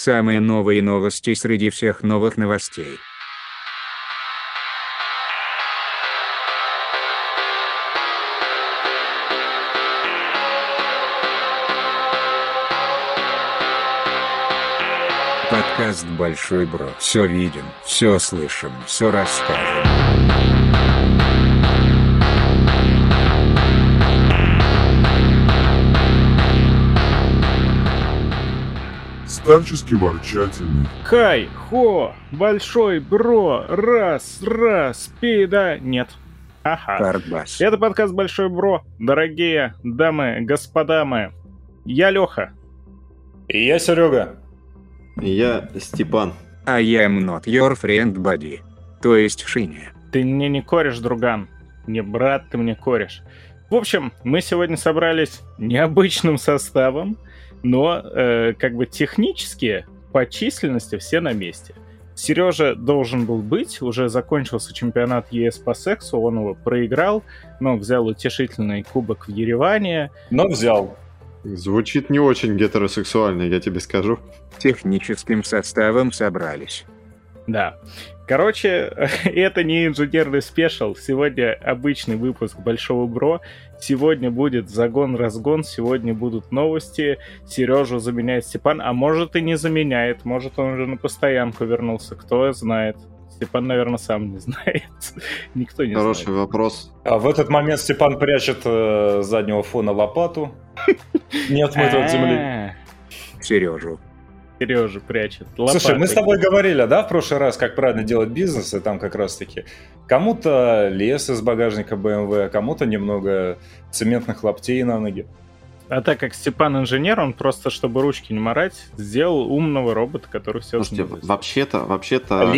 Самые новые новости среди всех новых новостей. Подкаст «Большой Бро». Все видим, все слышим, все расскажем. Старчески ворчательный. Хай-хо, большой бро, раз, пида. Нет. Ага. Хардбас. Это подкаст «Большой Бро». Дорогие дамы, господа мы. Я Леха. И я Серега. И я Степан. I am not your friend buddy. То есть Шиня. Ты мне не кореш, друган. Не брат, ты мне кореш. В общем, мы сегодня собрались необычным составом, но как бы технически по численности все на месте. Сережа должен был быть, уже закончился чемпионат ЕС по сексу, он его проиграл, но взял утешительный кубок в Ереване. Но взял. Звучит не очень гетеросексуально, я тебе скажу. Техническим составом собрались. Да. Короче, это не инженерный спешл. Сегодня обычный выпуск Большого Бро. Сегодня будет загон-разгон, сегодня будут новости. Сережу заменяет Степан, а может и не заменяет. Может он уже на постоянку вернулся, кто знает. Степан, наверное, сам не знает. Никто не знает. Хороший вопрос. А в этот момент Степан прячет с заднего фона лопату. Не отмыт от земли. Сережу прячет лопатой. Слушай, мы с тобой говорили, да, в прошлый раз, как правильно делать бизнес, и там как раз-таки кому-то лес из багажника BMW, а кому-то немного цементных лаптей на ноги. А так как Степан инженер, он просто, чтобы ручки не морать, сделал умного робота, который все Слушайте, знает. вообще-то,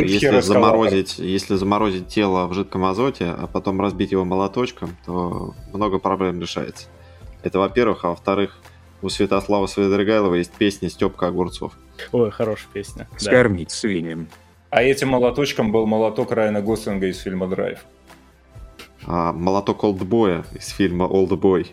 если заморозить тело в жидком азоте, а потом разбить его молоточком, то много проблем решается. Это во-первых, а во-вторых, у Святослава Свидригайлова есть песня «Степка Огурцов». Ой, хорошая песня. Скормить свиньям. А этим молоточком был молоток Райана Гослинга из фильма «Драйв». А молоток Олдбоя из фильма «Олдбой».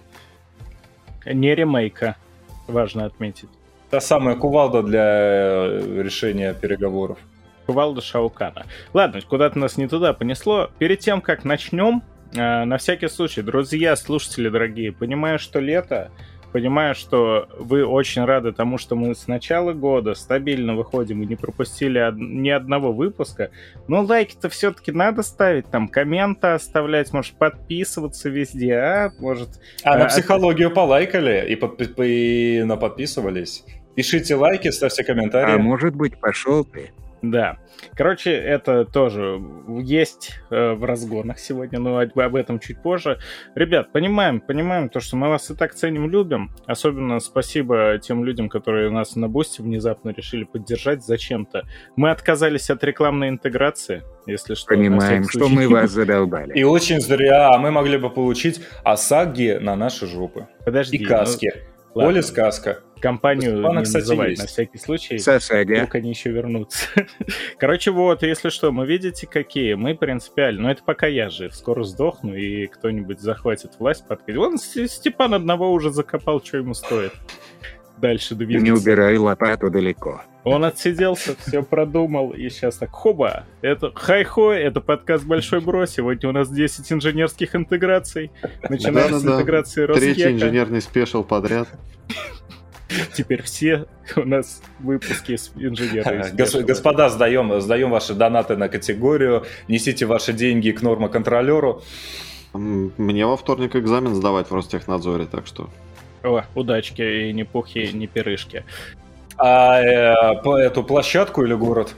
Не ремейка, важно отметить. Та самая кувалда для решения переговоров. Кувалда Шаукана. Ладно, куда-то нас не туда понесло. Перед тем, как начнем, на всякий случай, друзья, слушатели дорогие, понимаю, что лето, понимаю, что вы очень рады тому, что мы с начала года стабильно выходим и не пропустили ни одного выпуска, но лайки-то все-таки надо ставить, там комменты оставлять, может подписываться везде, может... на психологию полайкали и подписывались. Пишите лайки, ставьте комментарии. А может быть, пошел ты? Да. Короче, это тоже есть в разгонах сегодня, но об этом чуть позже. Ребят, понимаем то, что мы вас и так ценим, любим. Особенно спасибо тем людям, которые нас на Бусти внезапно решили поддержать зачем-то. Мы отказались от рекламной интеграции, если что. Понимаем, что мы вас задолбали. И очень зря, мы могли бы получить осаги на наши жопы. Подожди. И каски. Оля сказка. Компанию Степана, не кстати, называть есть. На всякий случай. Сосага. Вдруг они еще вернутся. Короче, вот, если что, мы видите, какие. Мы принципиально. Но это пока я жив. Скоро сдохну, и кто-нибудь захватит власть. Вон Степан одного уже закопал, что ему стоит. Дальше двигаться. Не убирай лопату далеко. Он отсиделся, все продумал, и сейчас так, хоба, это хай-хо, это подкаст «Большой Бро», сегодня у нас 10 инженерских интеграций, начинаем с интеграции Роскека. Третий инженерный спешл подряд. Теперь все у нас выпуски с инженерами. Господа, сдаем ваши донаты на категорию, несите ваши деньги к нормоконтролеру. Мне во вторник экзамен сдавать в Ростехнадзоре, так что... О, удачки, и ни пухи, ни перышки. А эту площадку или город?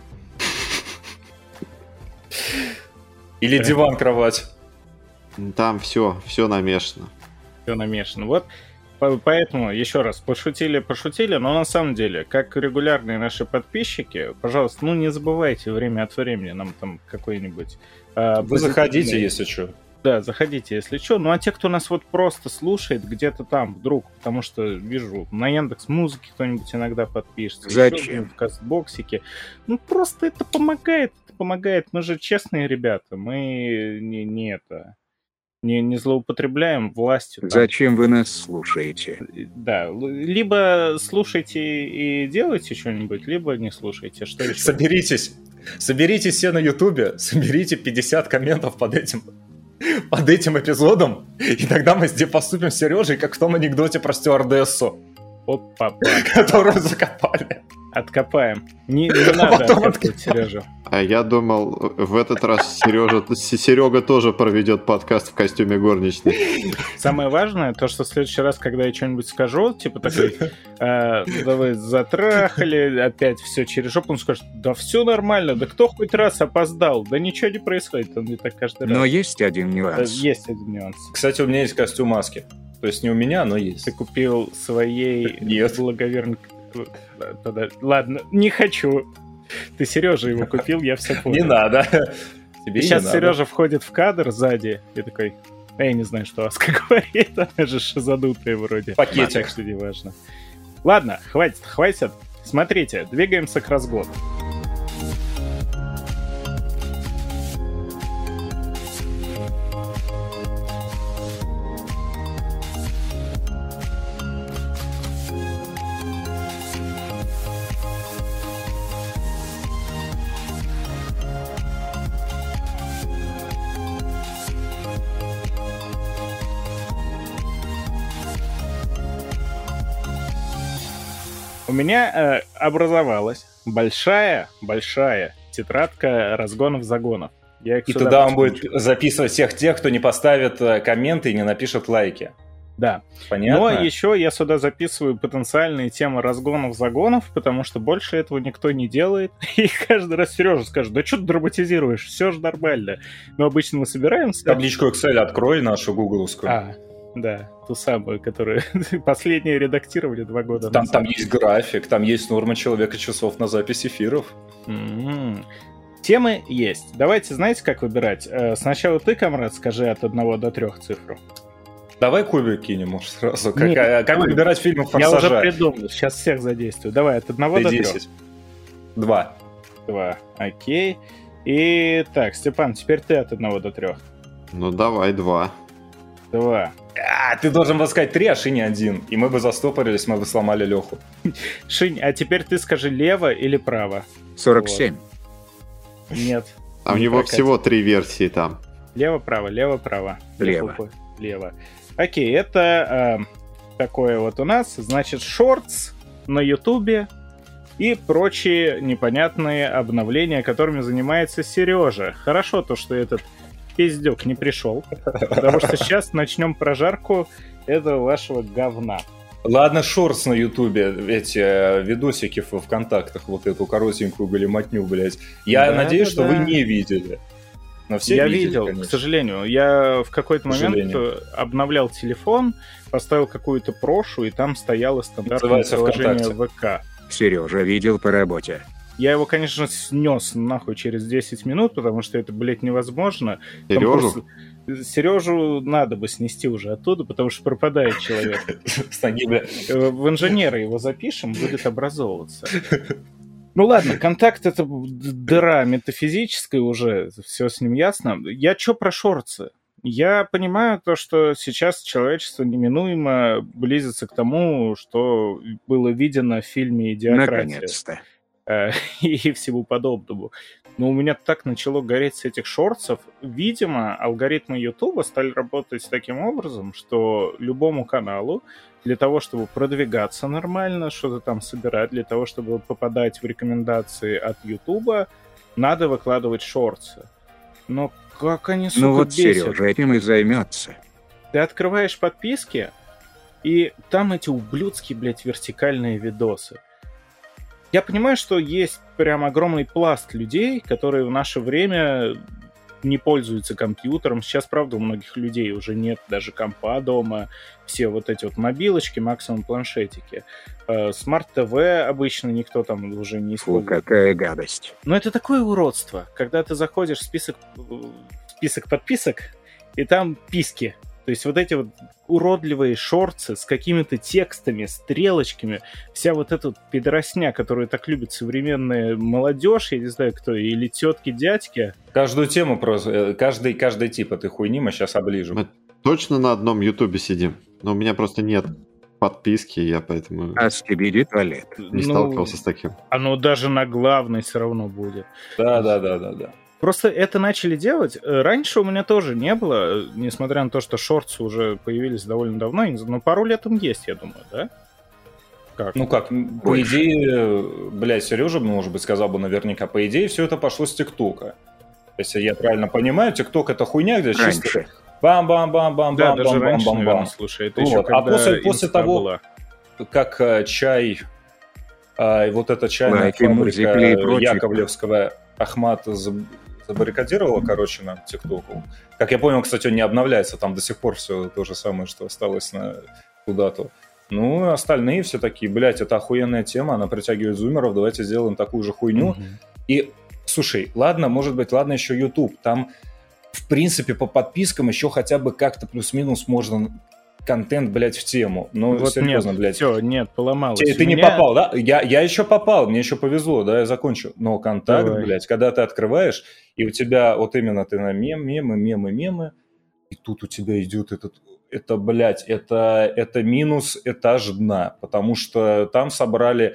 Или диван-кровать? Там все намешано. Все намешано. Вот поэтому, еще раз, пошутили, но на самом деле, как регулярные наши подписчики, пожалуйста, не забывайте время от времени нам там какой-нибудь... Вы заходите, если что. Да, заходите, если что. Ну, а те, кто нас вот просто слушает где-то там вдруг, потому что вижу, на Яндекс.Музыке кто-нибудь иногда подпишется. Зачем? В Кастбоксике. Просто это помогает. Мы же честные ребята. Мы не это... не злоупотребляем властью. Там. Зачем вы нас слушаете? Да, либо слушайте и делайте что-нибудь, либо не слушайте. Что еще? Соберитесь все на Ютубе, соберите 50 комментов под этим эпизодом, и тогда мы здесь поступим с Сережей, как в том анекдоте про стюардессу. Опа, которую закопали. Откопаем. Не надо откопать Сережу. А я думал, в этот раз Серега тоже проведет подкаст в костюме горничной. Самое важное, то, что в следующий раз, когда я что-нибудь скажу, типа такой, да вы затрахали, опять все через жопу, он скажет, да все нормально, да кто хоть раз опоздал, да ничего не происходит, он мне так каждый раз. Но есть один нюанс. Есть один нюанс. Кстати, у меня есть костюм маски. То есть не у меня, но есть. Ты купил своей благоверной... Ладно, не хочу. Ты Сережа его купил, я все понял. Не надо. Тебе сейчас не Сережа надо. Входит в кадр сзади и такой, я не знаю, что Аска говорит, она же шизанутая вроде. Пакетик. Так что не важно. Ладно, хватит. Смотрите, двигаемся к разгону. У меня образовалась большая тетрадка разгонов-загонов. И туда он будет записывать всех тех, кто не поставит комменты и не напишет лайки. Да. Понятно? Но еще я сюда записываю потенциальные темы разгонов-загонов, потому что больше этого никто не делает. И каждый раз Сережа скажет, да что ты драматизируешь, все же нормально. Но обычно мы собираемся... Табличку Excel открой, нашу гугловскую. Да, ту самую, которую последние редактировали 2 года назад. Там есть график, там есть норма человека часов на запись эфиров. Темы есть. Давайте, знаете, как выбирать? Сначала ты, Камрад, скажи от 1 до 3 цифру. Давай кубик кинем, может, сразу. Как выбирать фильмы «Форсажа»? Я уже придумал, сейчас всех задействую. Давай, от 1 до 3. 2. 2, окей. И так, Степан, теперь ты от 1 до 3. Ну, давай 2. 2. Ты должен был сказать 3, а Шине 1. И мы бы застопорились, мы бы сломали Леху. Шинь, а теперь ты скажи лево или право. 47. Вот. Нет. А у него всего 3 версии там. Лево-право, лево-право. Лево. Окей, это такое вот у нас. Значит, шортс на Ютубе и прочие непонятные обновления, которыми занимается Сережа. Хорошо то, что этот пиздюк не пришел, потому что сейчас начнем прожарку этого вашего говна. Ладно, шортс на Ютубе, эти видосики в ВКонтактах, вот эту коротенькую галиматню, блядь. Я надеюсь, что вы не видели. Но все видел, конечно. К сожалению. Я в какой-то момент обновлял телефон, поставил какую-то прошу, и там стояло стандартное приложение ВК. Сережа видел по работе. Я его, конечно, снес нахуй через 10 минут, потому что это, блядь, невозможно. Сережу? Сережу надо бы снести уже оттуда, потому что пропадает человек. В инженеры его запишем, будет образовываться. Ну ладно, контакт — это дыра метафизическая уже, все с ним ясно. Я чё про шортсы? Я понимаю то, что сейчас человечество неминуемо близится к тому, что было видено в фильме «Идиократия». Наконец-то. И всему подобному. Но у меня так начало гореть с этих шортсов. Видимо, алгоритмы Ютуба стали работать таким образом, что любому каналу для того, чтобы продвигаться нормально, что-то там собирать, для того, чтобы попадать в рекомендации от Ютуба, надо выкладывать шортсы. Но как они, сука, ну вот бесят. Сережа этим и займется. Ты открываешь подписки, и там эти ублюдские, блядь, вертикальные видосы. Я понимаю, что есть прям огромный пласт людей, которые в наше время не пользуются компьютером. Сейчас, правда, у многих людей уже нет даже компа дома. Все вот эти вот мобилочки, максимум планшетики. Смарт-ТВ обычно никто там уже не использует. Фу, какая гадость. Но это такое уродство, когда ты заходишь в список подписок, и там писки. То есть вот эти вот уродливые шортсы с какими-то текстами, стрелочками, вся вот эта вот пидоросня, которую так любит современная молодежь, я не знаю кто, или тетки-дядьки. Каждую тему просто, каждый тип этой хуйни мы сейчас оближем. Мы точно на одном ютубе сидим, но у меня просто нет подписки, я поэтому Скибиди туалет. не сталкивался с таким. Оно даже на главной все равно будет. Да. Просто это начали делать. Раньше у меня тоже не было, несмотря на то, что шортсы уже появились довольно давно, но пару лет им есть, я думаю, да? Как? Ну как, по идее, блядь, Сережа, может быть, сказал бы наверняка, по идее, все это пошло с ТикТока. Если я правильно понимаю, ТикТок — это хуйня, где чисто бам-бам-бам-бам-бам-бам-бам-бам. Да, даже раньше, наверное, слушай, это еще когда после того, была. как чай, вот эта чайная фабрика Яковлевского Ахмат забаррикадировала, короче, на ТикТоку. Как я понял, кстати, он не обновляется, там до сих пор все то же самое, что осталось куда-то. Ну, остальные все такие, блядь, это охуенная тема, она притягивает зумеров, давайте сделаем такую же хуйню. И, слушай, ладно, может быть, ладно еще YouTube, там, в принципе, по подпискам еще хотя бы как-то плюс-минус можно контент, блядь, в тему. Ну, вот серьезно, нет, блядь. Все, нет, поломалось. Ты не попал, да? Я еще попал, мне еще повезло, да, я закончу. Но контакт, Давай. блядь, когда ты открываешь, и у тебя вот именно ты на мемы, и тут у тебя идет это, блядь, это минус этаж дна, потому что там собрали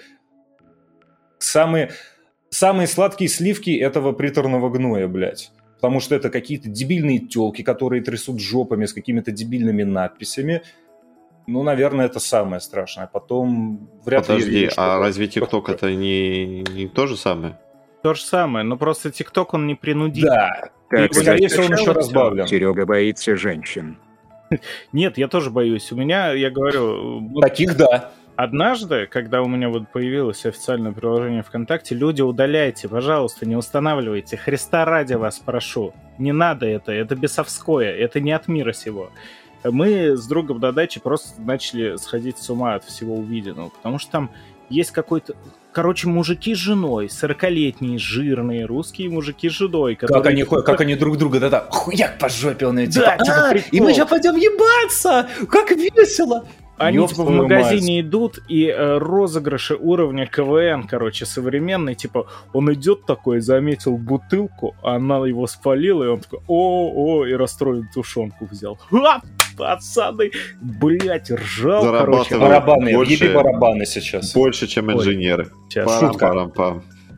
самые сладкие сливки этого приторного гноя, блядь. Потому что это какие-то дебильные тёлки, которые трясут жопами с какими-то дебильными надписями. Ну, наверное, это самое страшное. Потом вряд ли... Подожди, а разве ТикТок это не то же самое? То же самое, но просто ТикТок, он не принудительный. Да, Так, и, скорее всего, он еще всё. разбавлен. Серега боится женщин. Нет, я тоже боюсь. У меня, я говорю... вот Таких, да. однажды, когда у меня вот появилось официальное приложение ВКонтакте, люди, удаляйте, пожалуйста, не устанавливайте. Христа ради вас прошу. Не надо это бесовское, это не от мира сего. Мы с другом на даче просто начали сходить с ума от всего увиденного, потому что там есть какой-то... Короче, мужики с женой, 40-летние, жирные, русские мужики с женой, которые... Как они друг друга, да-да, хуяк по жопе, он Да, типа, прикол. и мы сейчас пойдем ебаться, как весело. Они Ёб типа в твою магазине идут, и розыгрыши уровня КВН, короче, современный, типа, он идет такой, заметил бутылку, она его спалила, и он такой, и расстроенную тушенку взял. Ха! Пацаны, блять, ржал, короче. Барабаны, больше, еби барабаны сейчас. Больше, чем инженеры. Сейчас. Парам-парам-пам.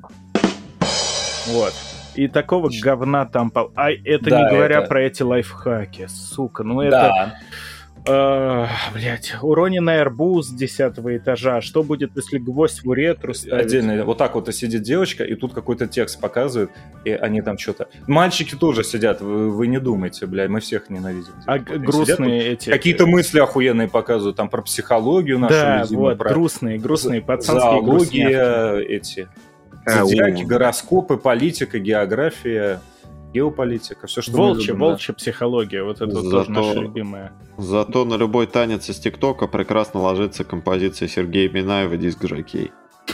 Вот. И такого говна там... это Да, не говоря это... про эти лайфхаки, сука. Ну это... Да. Блять, уроненный арбуз 10-го этажа. Что будет, если гвоздь в уретру ставить? Отдельно. Вот так вот и сидит девочка, и тут какой-то текст показывает, и они там что-то... Мальчики тоже сидят, вы не думайте, блядь, мы всех ненавидим. А грустные сидят, эти... Какие-то мысли охуенные показывают, там про психологию нашу. Да, любимую, вот, про грустные, пацанские грустняшки. зоология, эти... Зодиаки, гороскопы, политика, география... Геополитика, все, что волчья психология, вот это вот тоже наша любимая. Зато на любой танец из ТикТока прекрасно ложится композиция Сергея Минаева «Диск Жокей».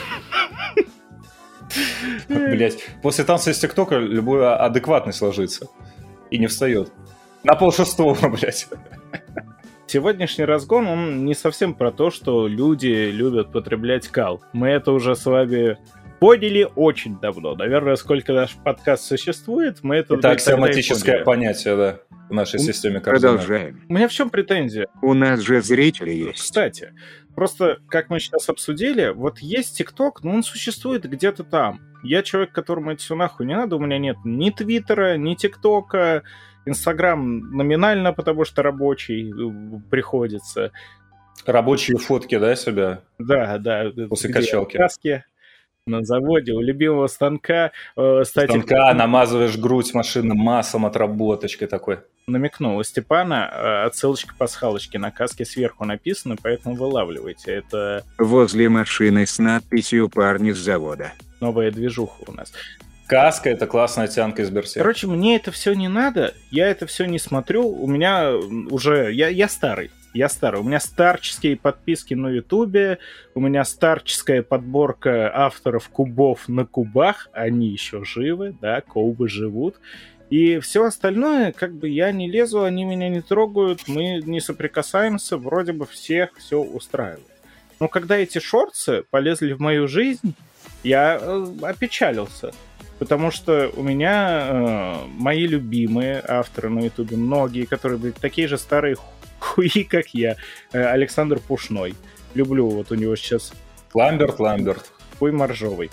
Блять, после танца из ТикТока любой адекватный ложится и не встает. На 5:30, блять. Сегодняшний разгон, он не совсем про то, что люди любят потреблять кал. Мы это уже с вами... поняли очень давно. Наверное, сколько наш подкаст существует, мы это... Это аксиоматическое понятие, да, в нашей системе координат. Продолжаем. У меня в чем претензия? У нас же зрители есть. Кстати, просто, как мы сейчас обсудили, вот есть ТикТок, но он существует где-то там. Я человек, которому это все нахуй не надо, у меня нет ни Твиттера, ни ТикТока, Инстаграм номинально, потому что рабочий приходится. Рабочие фотки, да, себя? Да. После качалки. Каски. На заводе, у любимого станка. Станка, намазываешь грудь машинным маслом, отработочкой такой. Намекнул. У Степана отсылочка-пасхалочки на каске сверху написаны, поэтому вылавливайте. Это... Возле машины с надписью «Парни с завода». Новая движуха у нас. Каска — это классная тянка из Берсерка. Короче, мне это все не надо, я это все не смотрю. У меня уже... Я старый. У меня старческие подписки на Ютубе, у меня старческая подборка авторов кубов на кубах, они еще живы, да, кубы живут. И все остальное, как бы я не лезу, они меня не трогают, мы не соприкасаемся, вроде бы всех все устраивает. Но когда эти шортсы полезли в мою жизнь, я опечалился. Потому что у меня мои любимые авторы на Ютубе, многие, которые, блядь, такие же старые хуи, как я. Александр Пушной. Люблю, вот у него сейчас... Ламберт. Хуй моржовый.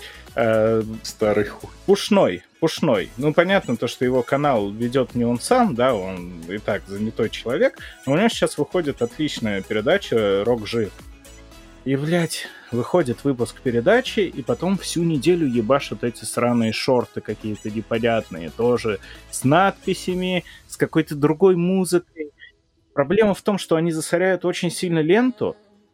Старый хуй. Пушной. Ну, понятно, то, что его канал ведет не он сам, да, он и так занятой человек, но у него сейчас выходит отличная передача «Рок жив». И, блядь, выходит выпуск передачи, и потом всю неделю ебашут эти сраные шорты какие-то непонятные, тоже с надписями, с какой-то другой музыкой. Проблема в том, что они засоряют очень сильно ленту.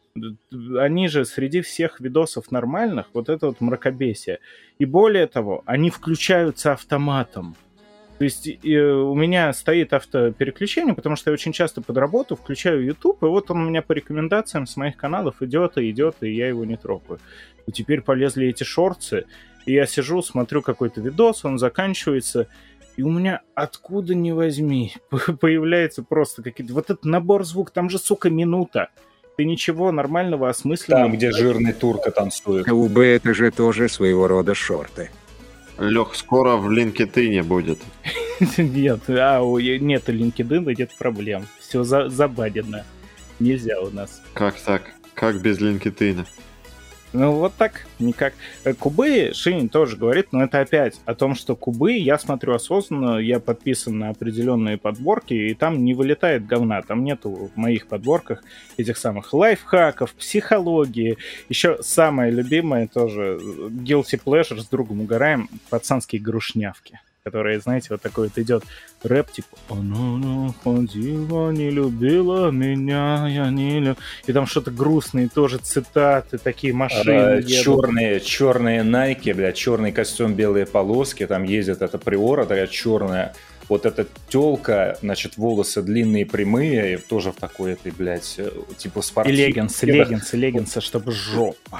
Они же среди всех видосов нормальных, вот это вот мракобесие. И более того, они включаются автоматом. То есть у меня стоит автопереключение, потому что я очень часто под работу включаю YouTube, и вот он у меня по рекомендациям с моих каналов идет, и я его не трогаю. И теперь полезли эти шорты, и я сижу, смотрю какой-то видос, он заканчивается, и у меня откуда ни возьми появляется просто какие-то... Вот этот набор звук, там же, сука, минута. Ты ничего нормального, осмысленного... Там, где жирный турка танцует. КУБ — это же тоже своего рода шорты. Лех, скоро в LinkedIn будет. Нет, нет LinkedIn, нет проблем. Все забанено. Нельзя у нас. Как так? Как без LinkedIn? Ну, вот так, никак. Кубы, Шинин тоже говорит, но это опять о том, что кубы, я смотрю осознанно, я подписан на определенные подборки, и там не вылетает говна, там нету в моих подборках этих самых лайфхаков, психологии. Еще самое любимое тоже, Guilty Pleasure, с другом угораем, пацанские грушнявки, которые, знаете, вот такой вот идет рэп, типа «Она ходила, не любила меня, я не любила...» И там что-то грустные тоже цитаты, такие машины черные Nike, блядь, черный костюм, белые полоски, там ездит эта приора, такая черная. Вот эта тёлка, значит, волосы длинные, прямые, и тоже в такой этой, блядь, типа спортивной. И леггинсы, чтобы жопа.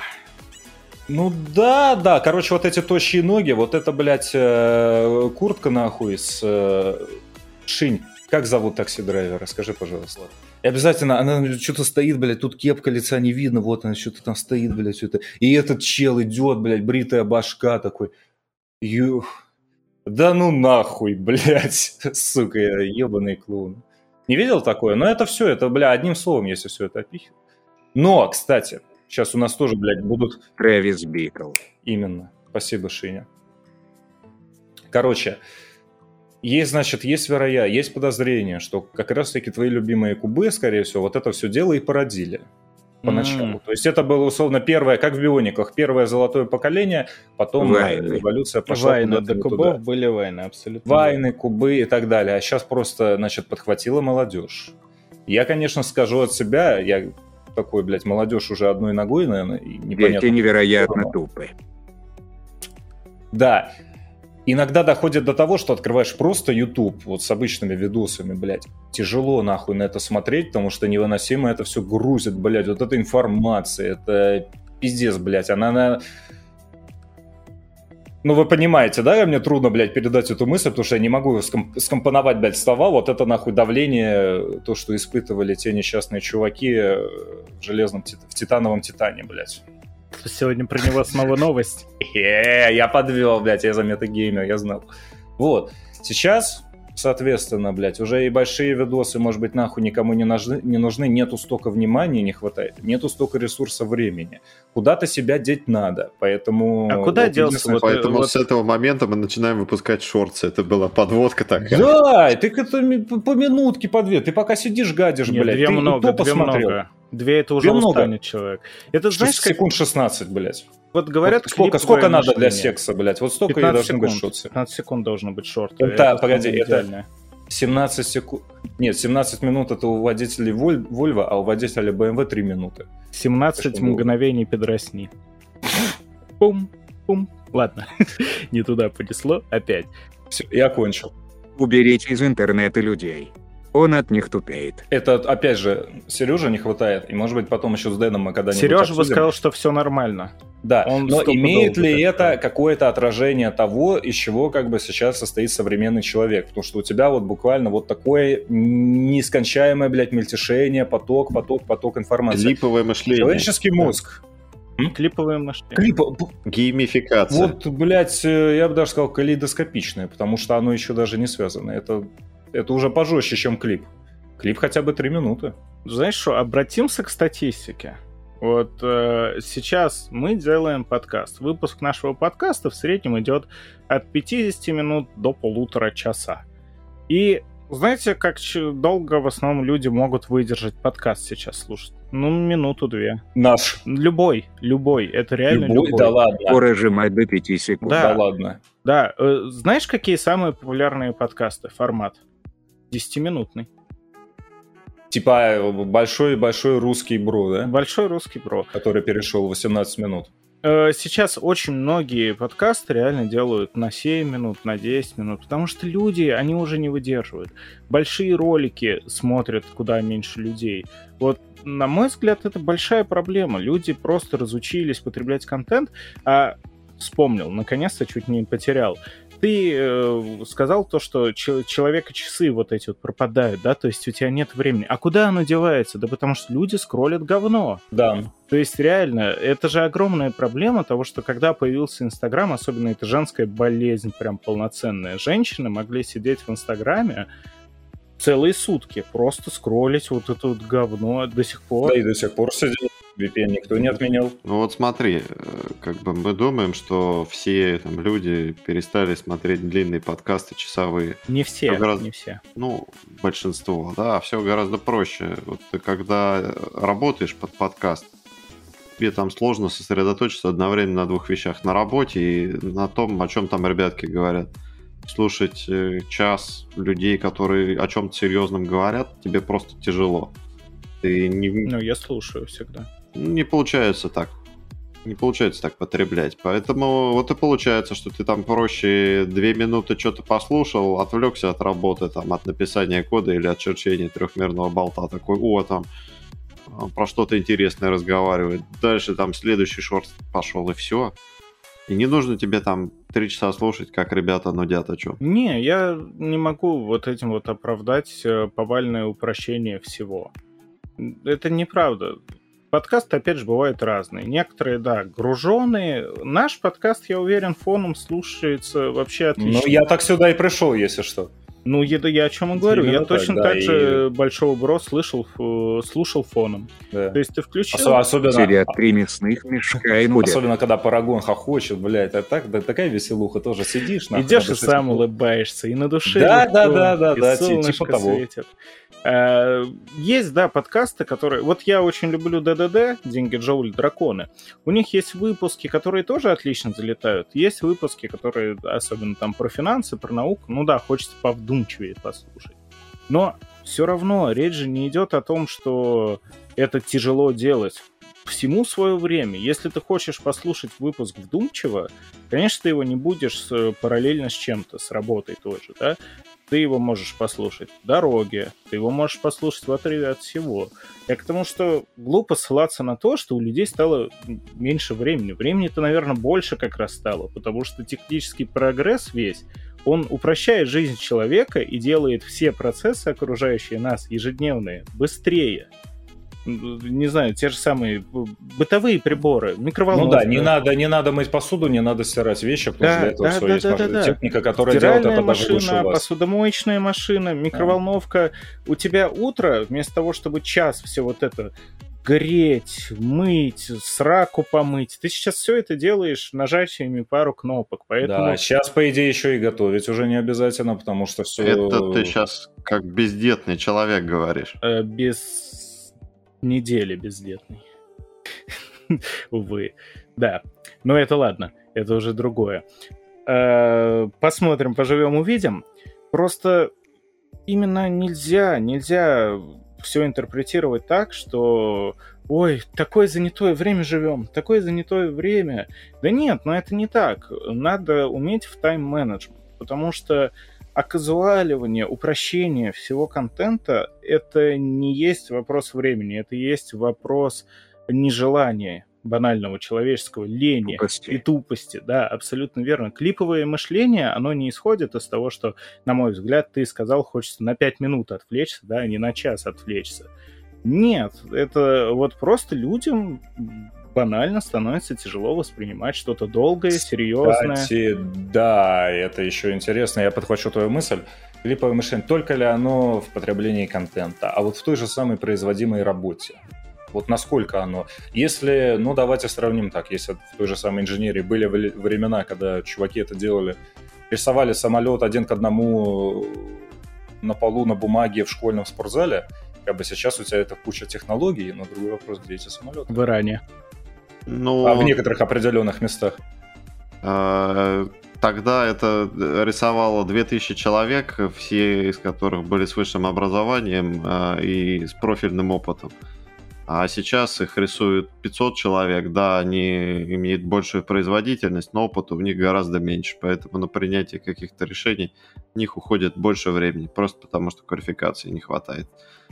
Ну да, короче, вот эти тощие ноги, вот это, блядь, куртка нахуй с Шинь. Как зовут такси-драйвера? Скажи, пожалуйста. И обязательно, она что-то стоит, блядь, тут кепка, лица не видно, вот она что-то там стоит, блядь, что-то. И этот чел идет, блядь, бритая башка такой. Да ну нахуй, блядь, сука, ебаный клоун. Не видел такое? Но это все, это, бля, одним словом, если все это опихивать. Но, кстати... Сейчас у нас тоже, блядь, будут... Трэвис Бикл. Именно. Спасибо, Шиня. Короче, есть подозрение, что как раз-таки твои любимые кубы, скорее всего, вот это все дело и породили поначалу. То есть это было, условно, первое, как в Биониках, первое золотое поколение, потом эволюция пошла Вайны до кубов были вайны, абсолютно. Вайны, кубы и так далее. А сейчас просто, значит, подхватила молодежь. Я, конечно, скажу от себя, я... такой, блядь, молодежь уже одной ногой, наверное, и непонятно. Дети невероятно тупые. Да. Иногда доходит до того, что открываешь просто YouTube вот с обычными видосами, блядь. Тяжело нахуй на это смотреть, потому что невыносимо это все грузит, блядь. Вот эта информация, это пиздец, блядь. Она... Ну, вы понимаете, да, мне трудно, блядь, передать эту мысль, потому что я не могу скомпоновать, блядь, слова. Вот это, нахуй, давление, то, что испытывали те несчастные чуваки в титановом Титане, блядь. Сегодня про него снова новость. Я подвел, блядь, я за метагеймер, я знал. Вот, сейчас... Соответственно, блядь, уже и большие видосы, может быть, нахуй никому не нужны, нету столько внимания, не хватает, нету столько ресурса времени. Куда-то себя деть надо, поэтому... А куда делся? Поэтому с этого момента мы начинаем выпускать шорты. Это была подводка такая. Да, ты по минутке по две. Ты пока сидишь, гадишь, блядь. Две много. Две это уже устанет человек. Это, знаешь, секунд 16, блядь. Вот говорят, вот сколько надо для секса, блядь? Вот столько и должны быть шорты. 15 секунд должно быть шорты. Да, погоди, это 17 секунд... Нет, 17 минут это у водителей Volvo, а у водителя BMW 3 минуты. 17 мгновений педросни. Пум. Ладно, не туда понесло. Опять. Все, я кончил. Уберите из интернета людей. Он от них тупеет. Это, опять же, Сережа не хватает. И, может быть, потом еще с Дэном мы когда-нибудь Сережа бы обсудим. сказал, что все нормально. Да, Он но имеет ли это так. какое-то отражение того, из чего как бы сейчас состоит современный человек? Потому что у тебя вот буквально вот такое нескончаемое, блядь, мельтешение, поток информации. Клиповое мышление. Человеческий мозг. Клиповые мышления. Геймификация. Вот, блядь, я бы даже сказал калейдоскопичное, потому что оно еще даже не связано. Это уже пожестче, чем клип. Клип хотя бы 3 минуты. Знаешь что, обратимся к статистике. Вот сейчас мы делаем подкаст. Выпуск нашего подкаста в среднем идет от 50 минут до 1,5 часа. И знаете, как долго в основном люди могут выдержать подкаст сейчас слушать? Ну, минуту-две. Наш. Любой. Это реально любой. Да ладно. Прожимать до 5 секунд. Да. Да ладно. Да. Знаешь, какие самые популярные подкасты? Формат? 10-минутный. Типа большой русский бро, да? Большой русский бро. Который перешел в 18 минут. Сейчас очень многие подкасты реально делают на 7 минут, на 10 минут, потому что люди, они уже не выдерживают. Большие ролики смотрят куда меньше людей. Вот, на мой взгляд, это большая проблема. Люди просто разучились потреблять контент, вспомнил, наконец-то чуть не потерял. Ты сказал то, что человека часы вот эти вот пропадают, да, то есть у тебя нет времени. А куда оно девается? Да потому что люди скроллят говно. Да. То есть реально, это же огромная проблема того, что когда появился Инстаграм, особенно это женская болезнь прям полноценная, женщины могли сидеть в Инстаграме целые сутки, просто скроллить вот это вот говно до сих пор. Да и до сих пор сидят. VPN никто не отменял. Ну вот смотри, как бы мы думаем, что все там люди перестали смотреть длинные подкасты часовые. Не все, не все. Ну, большинство, да, все гораздо проще. Вот ты когда работаешь под подкаст, тебе там сложно сосредоточиться одновременно на 2 вещах: на работе и на том, о чем там ребятки говорят. Слушать час людей, которые о чем-то серьезном говорят, тебе просто тяжело. Ты не... Ну, я слушаю всегда. Не получается так. Не получается так потреблять. Поэтому вот и получается, что ты там проще 2 минуты что-то послушал, отвлекся от работы, там, от написания кода или от черчения трехмерного болта. Такой, там про что-то интересное разговаривает. Дальше там следующий шорт пошел, и все. И не нужно тебе там 3 часа слушать, как ребята нудят о чем. Не, я не могу вот этим вот оправдать повальное упрощение всего. Это неправда. Подкасты, опять же, бывают разные. Некоторые, да, груженые. Наш подкаст, я уверен, фоном слушается вообще отлично. Ну, я так сюда и пришел, если что. Ну, я о чем и говорю. Именно я точно да, так же Большого Бро слушал фоном. Да. То есть ты включил... Особенно... Сидят 3 мясных мешка и нудят. Особенно, когда Парагон хохочет, блядь, такая веселуха тоже сидишь. Идешь и сам улыбаешься, и на душе Да, солнышко типа того. светит. Есть, да, подкасты, которые... Вот я очень люблю ДДД, «Деньги, Джоуль, драконы». У них есть выпуски, которые тоже отлично залетают. Есть выпуски, которые, особенно там про финансы, про науку, ну да, хочется повдумчивее послушать. Но все равно речь же не идет о том, что это тяжело делать. Всему свое время. Если ты хочешь послушать выпуск вдумчиво, конечно, ты его не будешь параллельно с чем-то, с работой тоже, да? Ты его можешь послушать в дороге, ты его можешь послушать в отрыве от всего. Я к тому, что глупо ссылаться на то, что у людей стало меньше времени. Времени-то, наверное, больше как раз стало, потому что технический прогресс весь, он упрощает жизнь человека и делает все процессы, окружающие нас, ежедневные, быстрее. Не знаю, те же самые бытовые приборы, микроволновка. Ну да, не надо мыть посуду, не надо стирать вещи, потому что для этого все есть техника, которая стиральная делает это даже лучше машина, вас. посудомоечная машина, микроволновка. У тебя утро, вместо того, чтобы час все вот это греть, мыть, сраку помыть, ты сейчас все это делаешь нажатиями пару кнопок. Поэтому... Да, сейчас, по идее, еще и готовить уже не обязательно, потому что все... Это ты сейчас как бездетный человек говоришь. Без недели бездетный. Увы. Да. Но это ладно. Это уже другое. Посмотрим, поживем, увидим. Просто именно нельзя все интерпретировать так, что ой, такое занятое время живем, такое занятое время. Да нет, но это не так. Надо уметь в тайм-менеджмент, потому что оказуаливание, упрощение всего контента — это не есть вопрос времени, это есть вопрос нежелания банального человеческого, лени и тупости. Да, абсолютно верно. Клиповое мышление, оно не исходит из того, что, на мой взгляд, ты сказал, хочется на 5 минут отвлечься, да, а не на час отвлечься. Нет, это вот просто людям банально становится тяжело воспринимать что-то долгое, серьезное. Кстати, да, это еще интересно. Я подхвачу твою мысль. Клиповое мышление, только ли оно в потреблении контента, а вот в той же самой производимой работе? Вот насколько оно? Если, ну давайте сравним так, если в той же самой инженерии были времена, когда чуваки это делали, рисовали самолет 1 к 1 на полу, на бумаге в школьном спортзале, как бы сейчас у тебя это куча технологий, но другой вопрос, где эти самолеты? В Иране. Ну, а в некоторых определенных местах. Тогда это рисовало 2000 человек, все из которых были с высшим образованием и с профильным опытом. А сейчас их рисуют 500 человек, да, они имеют большую производительность, но опыта у них гораздо меньше, поэтому на принятие каких-то решений у них уходит больше времени, просто потому что квалификации не хватает.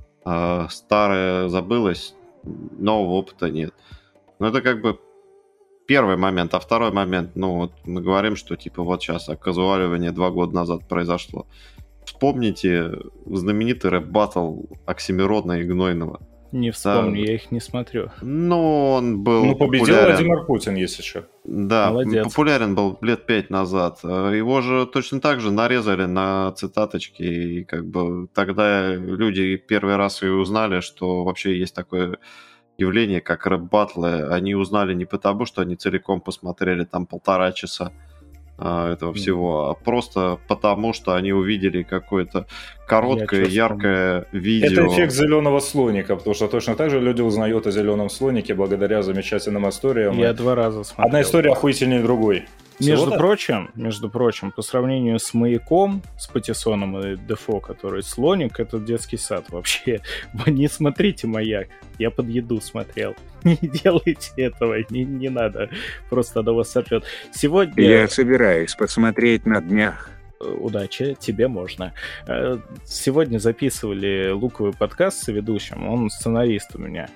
Старое забылось, нового опыта нет. Но это как бы первый момент, а второй момент, ну вот мы говорим, что типа вот сейчас оказуаливание 2 года назад произошло. Вспомните знаменитый рэп-баттл Оксимирона и Гнойного. Не вспомню, я их не смотрю. Ну, он был победил популярен. Владимир Путин, если что. Да, молодец. Популярен был лет 5 назад. Его же точно так же нарезали на цитаточки, и как бы тогда люди первый раз и узнали, что вообще есть такое явление, как рэп-баттлы. Они узнали не потому, что они целиком посмотрели там 1,5 часа этого всего, а просто потому, что они увидели какое-то короткое, яркое видео. Это эффект зеленого слоника, потому что точно так же люди узнают о зеленом слонике благодаря замечательным историям. Я 2 раза смотрел. Одна история охуительнее другой. Между прочим, по сравнению с «Маяком», с Патиссоном и Дефо, который слоник, это детский сад вообще. Не смотрите «Маяк», я под еду смотрел. Не делайте этого, не надо, просто оно вас сорвет. Сегодня... Я собираюсь посмотреть на днях. Удачи, тебе можно. Сегодня записывали луковый подкаст с ведущим, он сценарист у меня.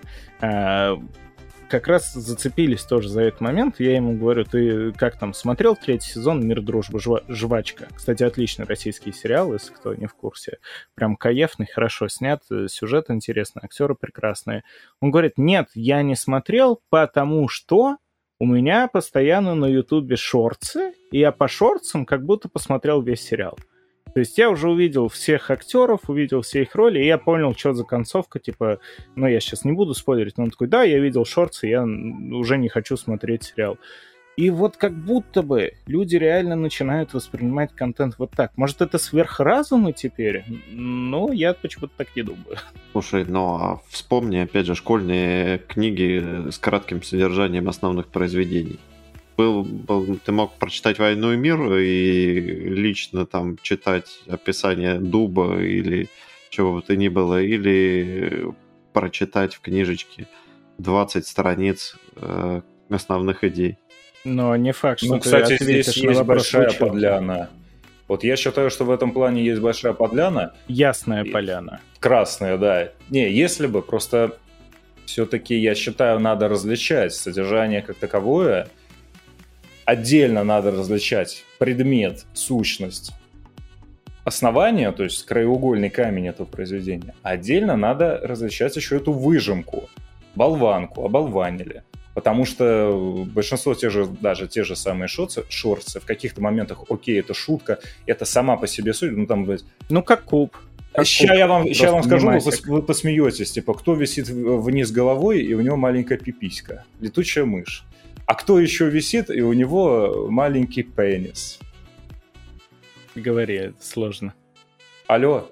Как раз зацепились тоже за этот момент. Я ему говорю, ты как там смотрел 3-й сезон «Мир, дружба, жвачка»? Кстати, отличный российский сериал, если кто не в курсе. Прям кайфный, хорошо снят, сюжет интересный, актеры прекрасные. Он говорит, нет, я не смотрел, потому что у меня постоянно на Ютубе шортсы, и я по шортсам как будто посмотрел весь сериал. То есть я уже увидел всех актеров, увидел все их роли, и я понял, что за концовка, типа, ну, я сейчас не буду спойлерить, но он такой, да, я видел шортсы, я уже не хочу смотреть сериал. И вот как будто бы люди реально начинают воспринимать контент вот так. Может, это сверхразумы теперь? Но я почему-то так не думаю. Слушай, ну, вспомни, опять же, школьные книги с кратким содержанием основных произведений. Ты мог прочитать «Войну и мир» и лично там читать описание дуба или чего бы то ни было, или прочитать в книжечке 20 страниц основных идей. Но не факт, что кстати, ты ответишь здесь на есть вопрос большая учёбы. подляна. Вот я считаю, что в этом плане есть большая подляна. Ясная поляна. Красная, да. Не, если бы, просто все-таки, я считаю, надо различать содержание как таковое. Отдельно надо различать предмет, сущность, основание, то есть краеугольный камень этого произведения. Отдельно надо различать еще эту выжимку, болванку, оболванили. Потому что большинство даже те же самые шорцы в каких-то моментах, окей, это шутка, это сама по себе суть, ну там, блядь... Ну, как куб. Сейчас я вам скажу, вы посмеетесь, типа, кто висит вниз головой, и у него маленькая пиписька, летучая мышь. А кто еще висит, и у него маленький пенис? Говори, это сложно. Алло?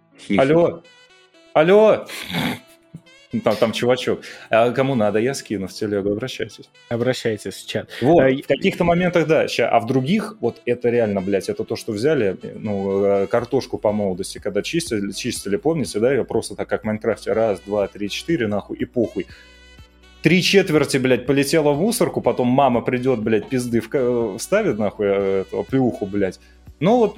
Там чувачок. А кому надо, я скину в телегу, обращайтесь. Обращайтесь в чат. Вот, в каких-то моментах, да. А в других, вот это реально, блядь, это то, что взяли, ну, картошку по молодости, когда чистили, помните, да, ее просто так, как в Майнкрафте, 1, 2, 3, 4, нахуй, и похуй. 3/4, блядь, полетела в мусорку, потом мама придет, блядь, пизды вставит, нахуй, эту плюху, блядь. Ну вот,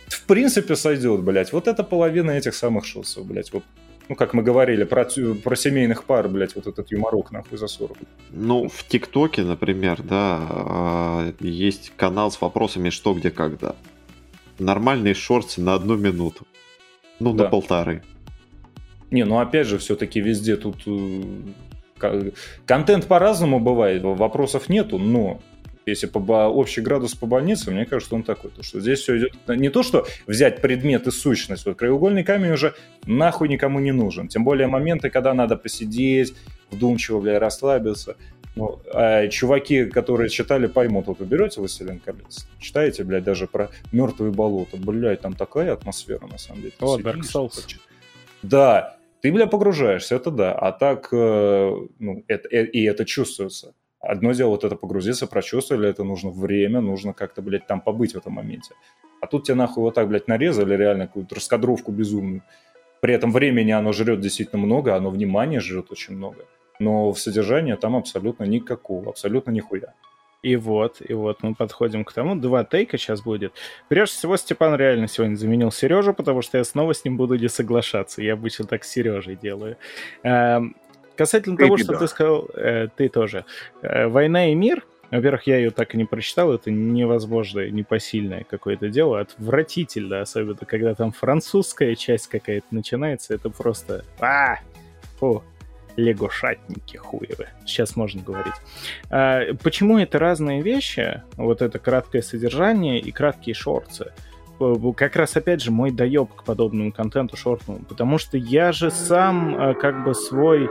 в принципе сойдет, блядь. Вот это половина этих самых шоссов, блядь. Вот, ну, как мы говорили, про семейных пар, блядь, вот этот юморок, нахуй, за 40. Ну, в ТикТоке, например, да, есть канал с вопросами «Что, где, когда». Нормальные шорты на 1 минуту. Ну, да. На 1,5. Не, ну опять же, все-таки везде тут контент по-разному бывает, вопросов нету, но если общий градус по больнице, мне кажется, он такой, то, что здесь все идет не то, что взять предмет и сущность, вот краеугольный камень уже нахуй никому не нужен, тем более моменты, когда надо посидеть, вдумчиво, бля, расслабиться. Ну, а чуваки, которые читали, поймут, вот вы берете «Властелин колец», читаете, блядь, даже про мертвые болота, блядь, там такая атмосфера, на самом деле. О, Dark Souls. Да, ты, бля, погружаешься, это да, а так, ну, это чувствуется. Одно дело вот это погрузиться, прочувствовали, это нужно время, нужно как-то, блядь, там побыть в этом моменте. А тут тебе нахуй вот так, блядь, нарезали реально какую-то раскадровку безумную. При этом времени оно жрет действительно много, оно внимания жрет очень много. Но в содержании там абсолютно никакого, абсолютно нихуя. И вот мы подходим к тому. 2 тейка сейчас будет. Прежде всего, Степан реально сегодня заменил Сережу, потому что я снова с ним буду не соглашаться. Я обычно так с Сережей делаю. Касательно того, что ты сказал, ты тоже. «Война и мир», во-первых, я ее так и не прочитал, это невозможное, непосильное какое-то дело, отвратительно, особенно когда там французская часть какая-то начинается, это просто... Фу. Лягушатники хуевы. Сейчас можно говорить. Почему это разные вещи? Вот это краткое содержание и краткие шорты. Как раз, опять же, мой доеб к подобному контенту шортному. Потому что я же сам как бы свой...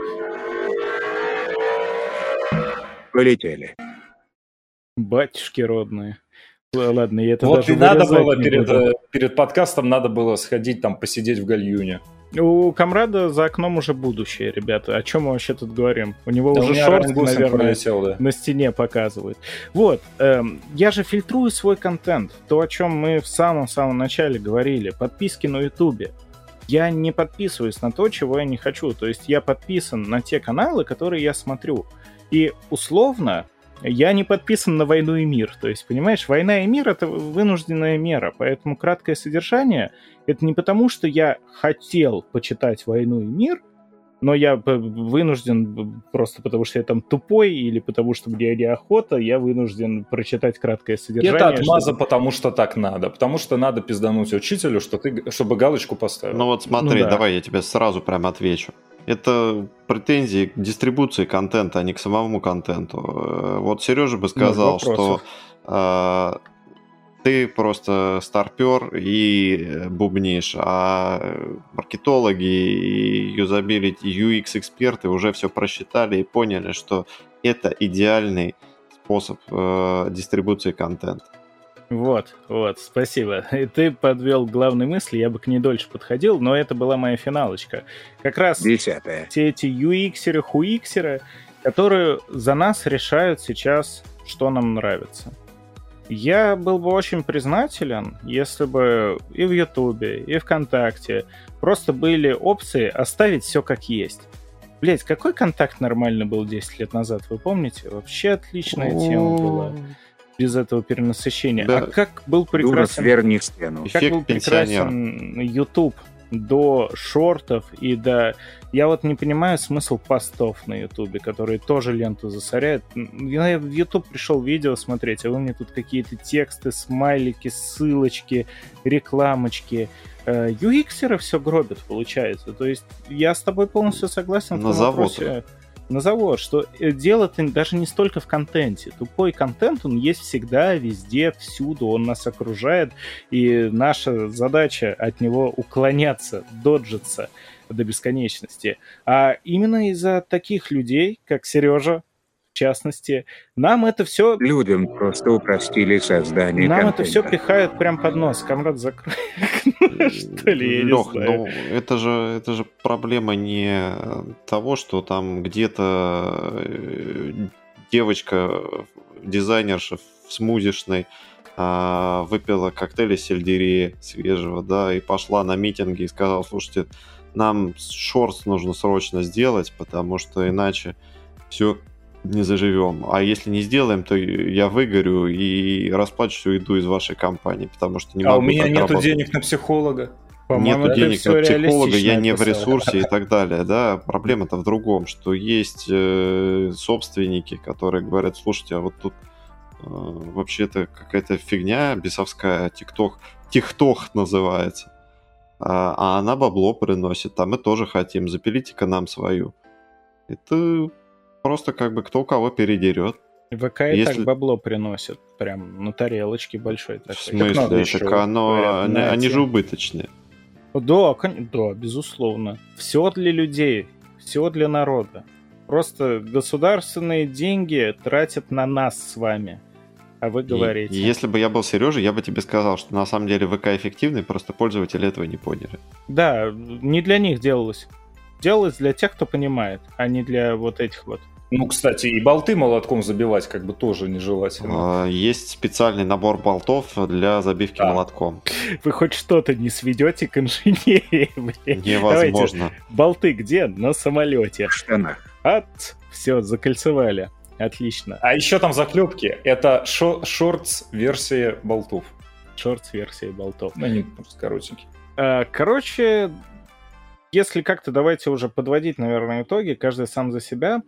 Полетели. Батюшки родные. Ладно, я это вот даже и надо было перед подкастом надо было сходить там посидеть в гальюне. У Камрада за окном уже будущее, ребята. О чем мы вообще тут говорим? У него уже шорты, наверное, пролетел, да, на стене показывают. Вот, я же фильтрую свой контент. То, о чем мы в самом-самом начале говорили. Подписки на Ютубе. Я не подписываюсь на то, чего я не хочу. То есть я подписан на те каналы, которые я смотрю. И условно... Я не подписан на «Войну и мир». То есть, понимаешь, «Война и мир» — это вынужденная мера. Поэтому краткое содержание — это не потому, что я хотел почитать «Войну и мир», но я вынужден просто потому, что я там тупой или потому, что мне неохота, я вынужден прочитать краткое содержание. Это отмаза, потому что так надо. Потому что надо пиздануть учителю, чтобы галочку поставил. Ну вот смотри, давай я тебе сразу прям отвечу. Это претензии к дистрибуции контента, а не к самому контенту. Вот Сережа бы сказал, что ты просто старпер и бубнишь, а маркетологи и юзабилити, UX-эксперты уже все просчитали и поняли, что это идеальный способ дистрибуции контента. Вот, спасибо. И ты подвел главные мысли, я бы к ней дольше подходил, но это была моя финалочка. Как раз 10-е. все эти UX-еры, хуиксеры, которые за нас решают сейчас, что нам нравится. Я был бы очень признателен, если бы и в Ютубе, и ВКонтакте просто были опции оставить все как есть. Блять, какой контакт нормальный был 10 лет назад, вы помните? Вообще отличная тема была. Без этого перенасыщения. Да. А как был прекрасен... Верни стену. Как был прекрасен YouTube до шортов и до... Я вот не понимаю смысл постов на YouTube, которые тоже ленту засоряют. Я в YouTube пришел видео смотреть, а вы мне тут какие-то тексты, смайлики, ссылочки, рекламочки. UX-еры все гробят, получается. То есть я с тобой полностью согласен в том вопросе... На завод, что дело-то даже не столько в контенте. Тупой контент, он есть всегда, везде, всюду, он нас окружает, и наша задача от него уклоняться, доджиться до бесконечности. А именно из-за таких людей, как Сережа, в частности, нам это все... Людям просто упростили создание нам контента. Это все пихают прям под нос. Камрад, закрой что ли, я не знаю. Ну, это же проблема не того, что там где-то девочка, дизайнерша в смузишной выпила коктейль из сельдерея свежего, да, и пошла на митинги и сказала: слушайте, нам шорт нужно срочно сделать, потому что иначе все не заживем. А если не сделаем, то я выгорю и расплачусь, уйду из вашей компании, потому что не могу. А у меня нету денег на психолога. Нету денег на психолога, я не в ресурсе и так далее. Да, проблема-то в другом, что есть собственники, которые говорят: слушайте, а вот тут вообще-то какая-то фигня бесовская, тикток называется, а она бабло приносит, а мы тоже хотим, запилите-ка нам свою. Это просто как бы кто кого передерет. ВК и так бабло приносит, прям на тарелочке большой такой. В смысле? Так они же убыточные. Да, безусловно. Все для людей, все для народа. Просто государственные деньги тратят на нас с вами. А вы говорите... Если бы я был Сережей, я бы тебе сказал, что на самом деле ВК эффективный, просто пользователи этого не поняли. Да, не для них делалось. Делалось для тех, кто понимает, а не для вот этих вот. Ну, кстати, и болты молотком забивать как бы тоже нежелательно. Есть специальный набор болтов для забивки молотком. Вы хоть что-то не сведете к инженерии, блин. Невозможно. Давайте. Болты где? На самолете. В штанах. Все, закольцевали. Отлично. А еще там заклепки. Это шортс-версия болтов. Шортс-версия болтов. Ну, они просто коротенькие. Короче... Если как-то давайте уже подводить, наверное, итоги, каждый сам за себя.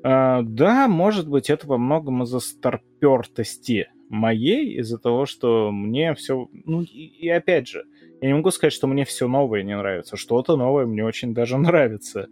Да, может быть, это во многом из-за старпертости моей, из-за того, что мне все... Ну, и опять же, я не могу сказать, что мне все новое не нравится. Что-то новое мне очень даже нравится.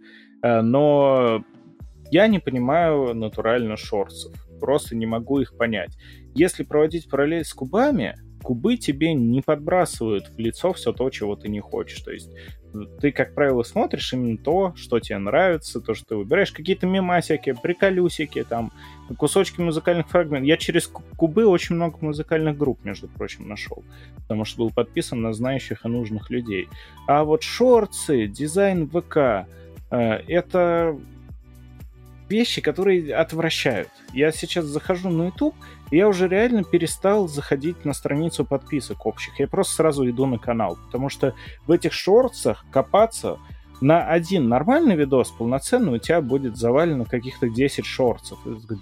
Но я не понимаю натурально шортсов. Просто не могу их понять. Если проводить параллель с кубами, кубы тебе не подбрасывают в лицо все то, чего ты не хочешь. То есть ты, как правило, смотришь именно то, что тебе нравится, то, что ты выбираешь, какие-то мемасики, приколюсики, там, кусочки музыкальных фрагментов. Я через кубы очень много музыкальных групп, между прочим, нашел, потому что был подписан на знающих и нужных людей. А вот шортсы, дизайн ВК, это вещи, которые отвращают. Я сейчас захожу на YouTube, и я уже реально перестал заходить на страницу подписок общих. Я просто сразу иду на канал, потому что в этих шортсах копаться на один нормальный видос полноценный у тебя будет завалено каких-то 10 шортсов. И ты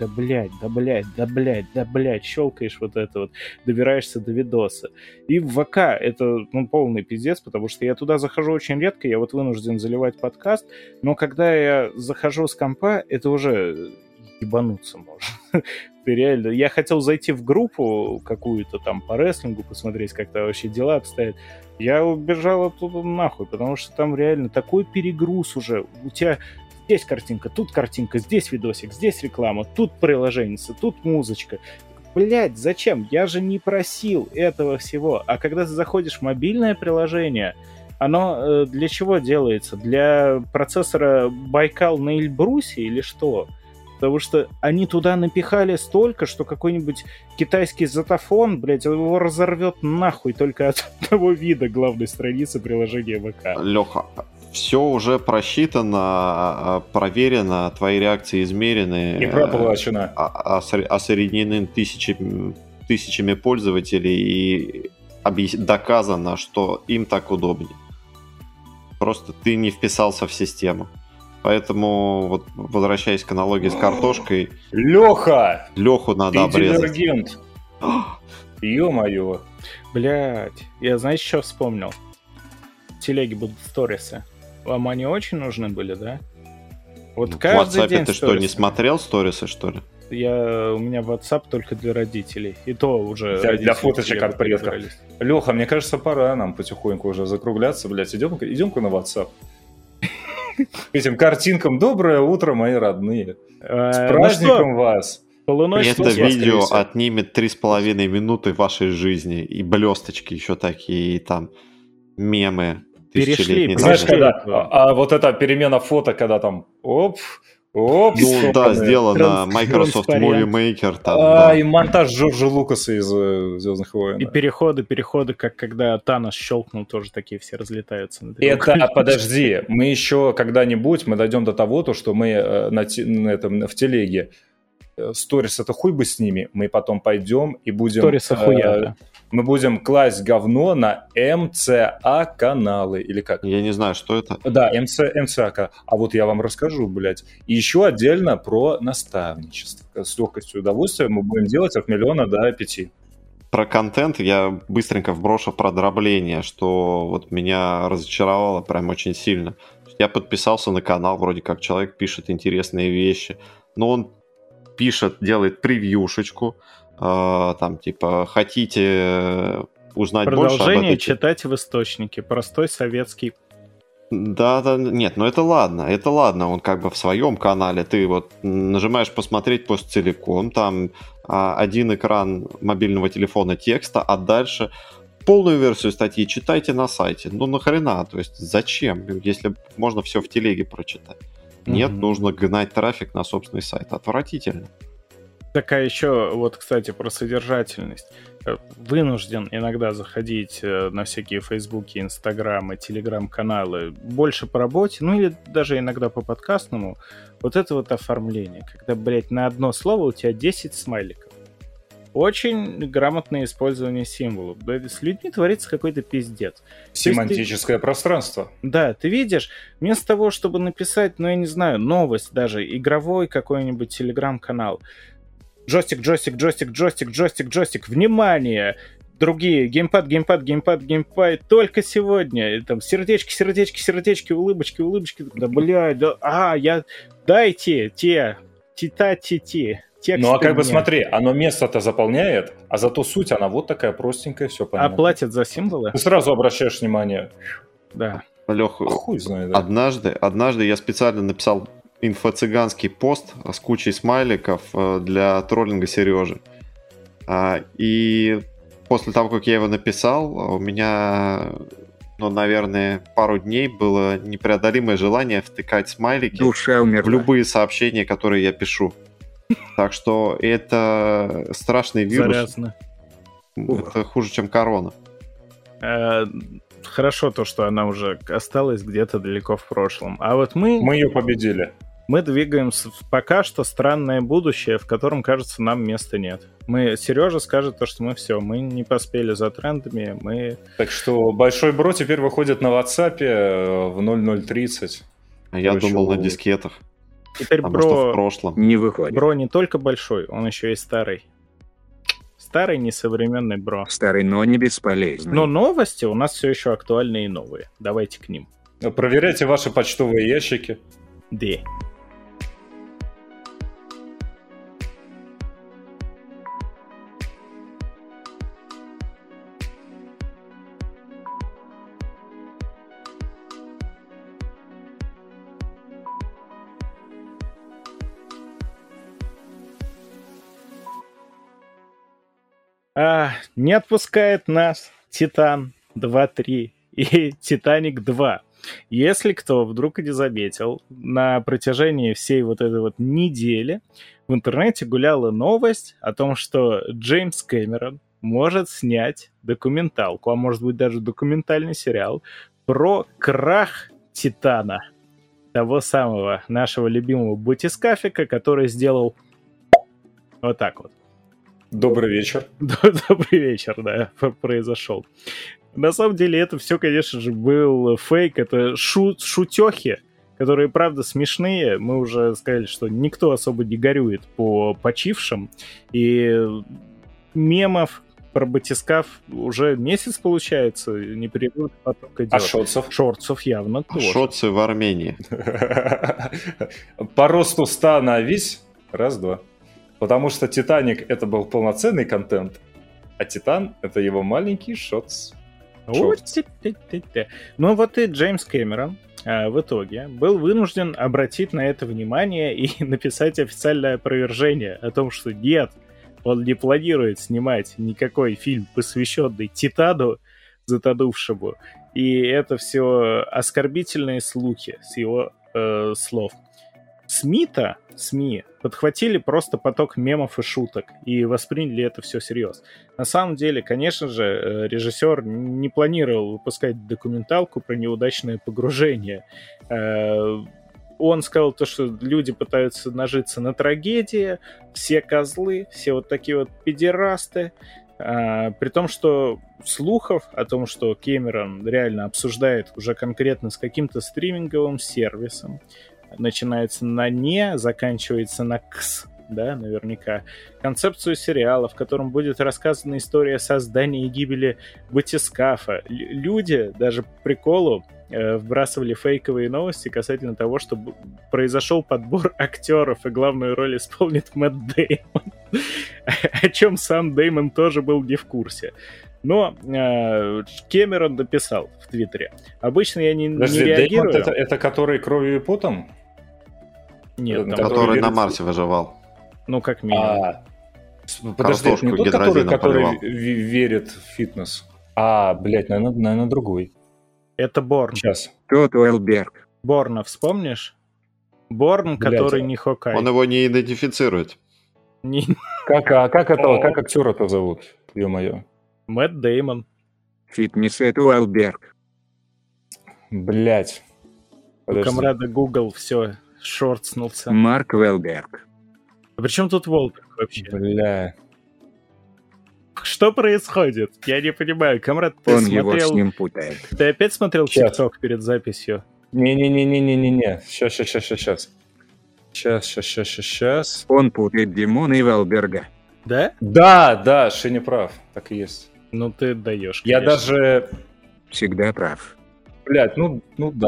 да блядь, щелкаешь вот это вот, добираешься до видоса. И в ВК это, полный пиздец, потому что я туда захожу очень редко, я вот вынужден заливать подкаст, но когда я захожу с компа, это уже ебануться можно. Реально. Я хотел зайти в группу какую-то там по рестлингу, посмотреть, как там вообще дела обстоят. Я убежал оттуда нахуй, потому что там реально такой перегруз уже. У тебя здесь картинка, здесь видосик, здесь реклама, тут приложение, тут музычка. Блять, зачем? Я же не просил этого всего. А когда ты заходишь в мобильное приложение, оно для чего делается? Для процессора Байкал на Эльбрусе или что? Потому что они туда напихали столько, что какой-нибудь китайский зотафон, блядь, его разорвет нахуй только от того вида главной страницы приложения ВК. Леха, все уже просчитано, проверено, твои реакции измерены. И проплачено. Осреднены тысячами пользователей и доказано, что им так удобнее. Просто ты не вписался в систему. Поэтому, вот, возвращаясь к аналогии с картошкой... Леху надо обрезать. Дивергент. Ё-моё. Блядь, я, знаете, что вспомнил? В телеге будут сторисы. Вам они очень нужны были, да? Вот каждый в WhatsApp день ты сторисы. Что, не смотрел сторисы, что ли? У меня WhatsApp только для родителей. И то уже... Для фоточек от предков. Леха, мне кажется, пора нам потихоньку уже закругляться. Блядь, идем-ка на WhatsApp. Этим картинкам доброе утро, мои родные. С праздником вас! Это видео отнимет 3,5 минуты вашей жизни. И блесточки еще такие, и там мемы. Перешли. Знаешь, когда вот эта перемена фото, когда там оп. Ну да, сделано Microsoft Movie Maker. И монтаж Джорджа Лукаса из «Звездных войн». И переходы, как когда Танос щелкнул, тоже такие все разлетаются. Подожди, мы еще когда-нибудь мы дойдем до того, что мы в телеге сторис это хуй бы с ними, мы потом пойдем и будем... Сторис охуя, да. Мы будем класть говно на МЦА-каналы, или как? Я не знаю, что это. Да, МЦА. А вот я вам расскажу, блядь. И еще отдельно про наставничество. С легкостью и удовольствием мы будем делать от 1 миллиона до 5. Про контент я быстренько вброшу про дробление, что вот меня разочаровало прям очень сильно. Я подписался на канал, вроде как человек пишет интересные вещи, но он пишет, делает превьюшечку, там типа хотите узнать больше об этой... Продолжение читать в источнике. Простой советский. Да, нет, ну это ладно, он как бы в своем канале, ты вот нажимаешь посмотреть пост целиком, там один экран мобильного телефона текста, а дальше полную версию статьи читайте на сайте. Ну нахрена, то есть зачем, если можно все в телеге прочитать? Нет, нужно гнать трафик на собственный сайт. Отвратительно. Так, а еще, вот, кстати, про содержательность. Вынужден иногда заходить на всякие фейсбуки, инстаграмы, телеграм-каналы больше по работе, ну или даже иногда по подкастному. Вот это вот оформление, когда, блядь, на одно слово у тебя 10 смайликов. Очень грамотное использование символов. С людьми творится какой-то пиздец. Семантическое пространство. Да, ты видишь, вместо того, чтобы написать, ну я не знаю, новость даже, игровой какой-нибудь телеграм-канал, джойстик, внимание! Другие, геймпад, только сегодня. Там сердечки, улыбочки. Да, блядь, дайте те. Ну а как бы смотри, оно место-то заполняет, а зато суть, она вот такая простенькая, все понятно. А платят за символы? Ты сразу обращаешь внимание. Да. Лех, хуй знает, да. Однажды я специально написал инфо-цыганский пост с кучей смайликов для троллинга Сережи. И после того, как я его написал, у меня, ну, наверное, пару дней было непреодолимое желание втыкать смайлики в любые сообщения, которые я пишу. Так что это страшный вирус. Зарязно. Это хуже, чем корона. Хорошо то, что она уже осталась где-то далеко в прошлом. А вот мы ее победили. Мы двигаемся в пока что странное будущее, в котором, кажется, нам места нет. Сережа скажет то, что мы не поспели за трендами, Так что Большой Бро теперь выходит на WhatsApp в 0030. А я думал на дискетах. Теперь Бро в прошлом не выходит. Бро не только большой, он еще и старый. Старый, несовременный Бро. Старый, но не бесполезный. Но новости у нас все еще актуальны и новые. Давайте к ним. Проверяйте ваши почтовые ящики. Да. Не отпускает нас Титан 2.3 и Титаник 2. Если кто вдруг не заметил, на протяжении всей вот этой вот недели в интернете гуляла новость о том, что Джеймс Кэмерон может снять документалку, а может быть даже документальный сериал про крах Титана, того самого нашего любимого батискафика, который сделал вот так вот. Добрый вечер. Добрый вечер, да, произошел. На самом деле это все, конечно же, был фейк, это шутехи, которые, правда, смешные. Мы уже сказали, что никто особо не горюет по почившим, и мемов про батискаф уже месяц, получается, непрерывный поток идет. А шотцев? Шорцев явно тоже. Шотцы в Армении. По росту стана вись, раз-два. Потому что «Титаник» — это был полноценный контент, а «Титан» — это его маленький шотс. Ну вот и Джеймс Кэмерон в итоге был вынужден обратить на это внимание и написать официальное опровержение о том, что нет, он не планирует снимать никакой фильм, посвященный Титану затонувшему. И это все оскорбительные слухи с его слов. СМИ подхватили просто поток мемов и шуток и восприняли это все всерьез. На самом деле, конечно же, режиссер не планировал выпускать документалку про неудачное погружение. Он сказал то, что люди пытаются нажиться на трагедии, все козлы, все вот такие вот педерасты. При том, что слухов о том, что Кэмерон реально обсуждает уже конкретно с каким-то стриминговым сервисом, начинается на «не», заканчивается на «кс», да, наверняка, концепцию сериала, в котором будет рассказана история создания и гибели батискафа. Люди, даже по приколу, вбрасывали фейковые новости касательно того, что произошел подбор актеров, и главную роль исполнит Мэтт Дэймон. О чем сам Дэймон тоже был не в курсе. Но Кэмерон дописал в Твиттере. Обычно я не реагирую. Дэймон это который кровью и потом? Нет. Который на Марсе выживал. Ну, как минимум. Подожди, это не тот, который верит в фитнес? Блядь, наверное, другой. Это Борн. Сейчас. Тот Уэлберг. Борна вспомнишь? Борн, который не Хокай. Он его не идентифицирует. Как актера-то зовут? Ё-моё. Мэтт Дэймон. Фитнес это Уэлберг. Блять. У комрада Google все шортснулся. Марк Уэлберг. А при чем тут Волберг вообще? Бля. Что происходит? Я не понимаю. Комрад, ты Он смотрел... его с ним путает. Ты опять смотрел ТикТок перед записью? Не-не-не-не-не-не. Сейчас. Он путает Димона и Уэлберга. Да? Да, Шеня прав. Так и есть. Ну ты даешь. Я даже... Всегда прав. Блядь, ну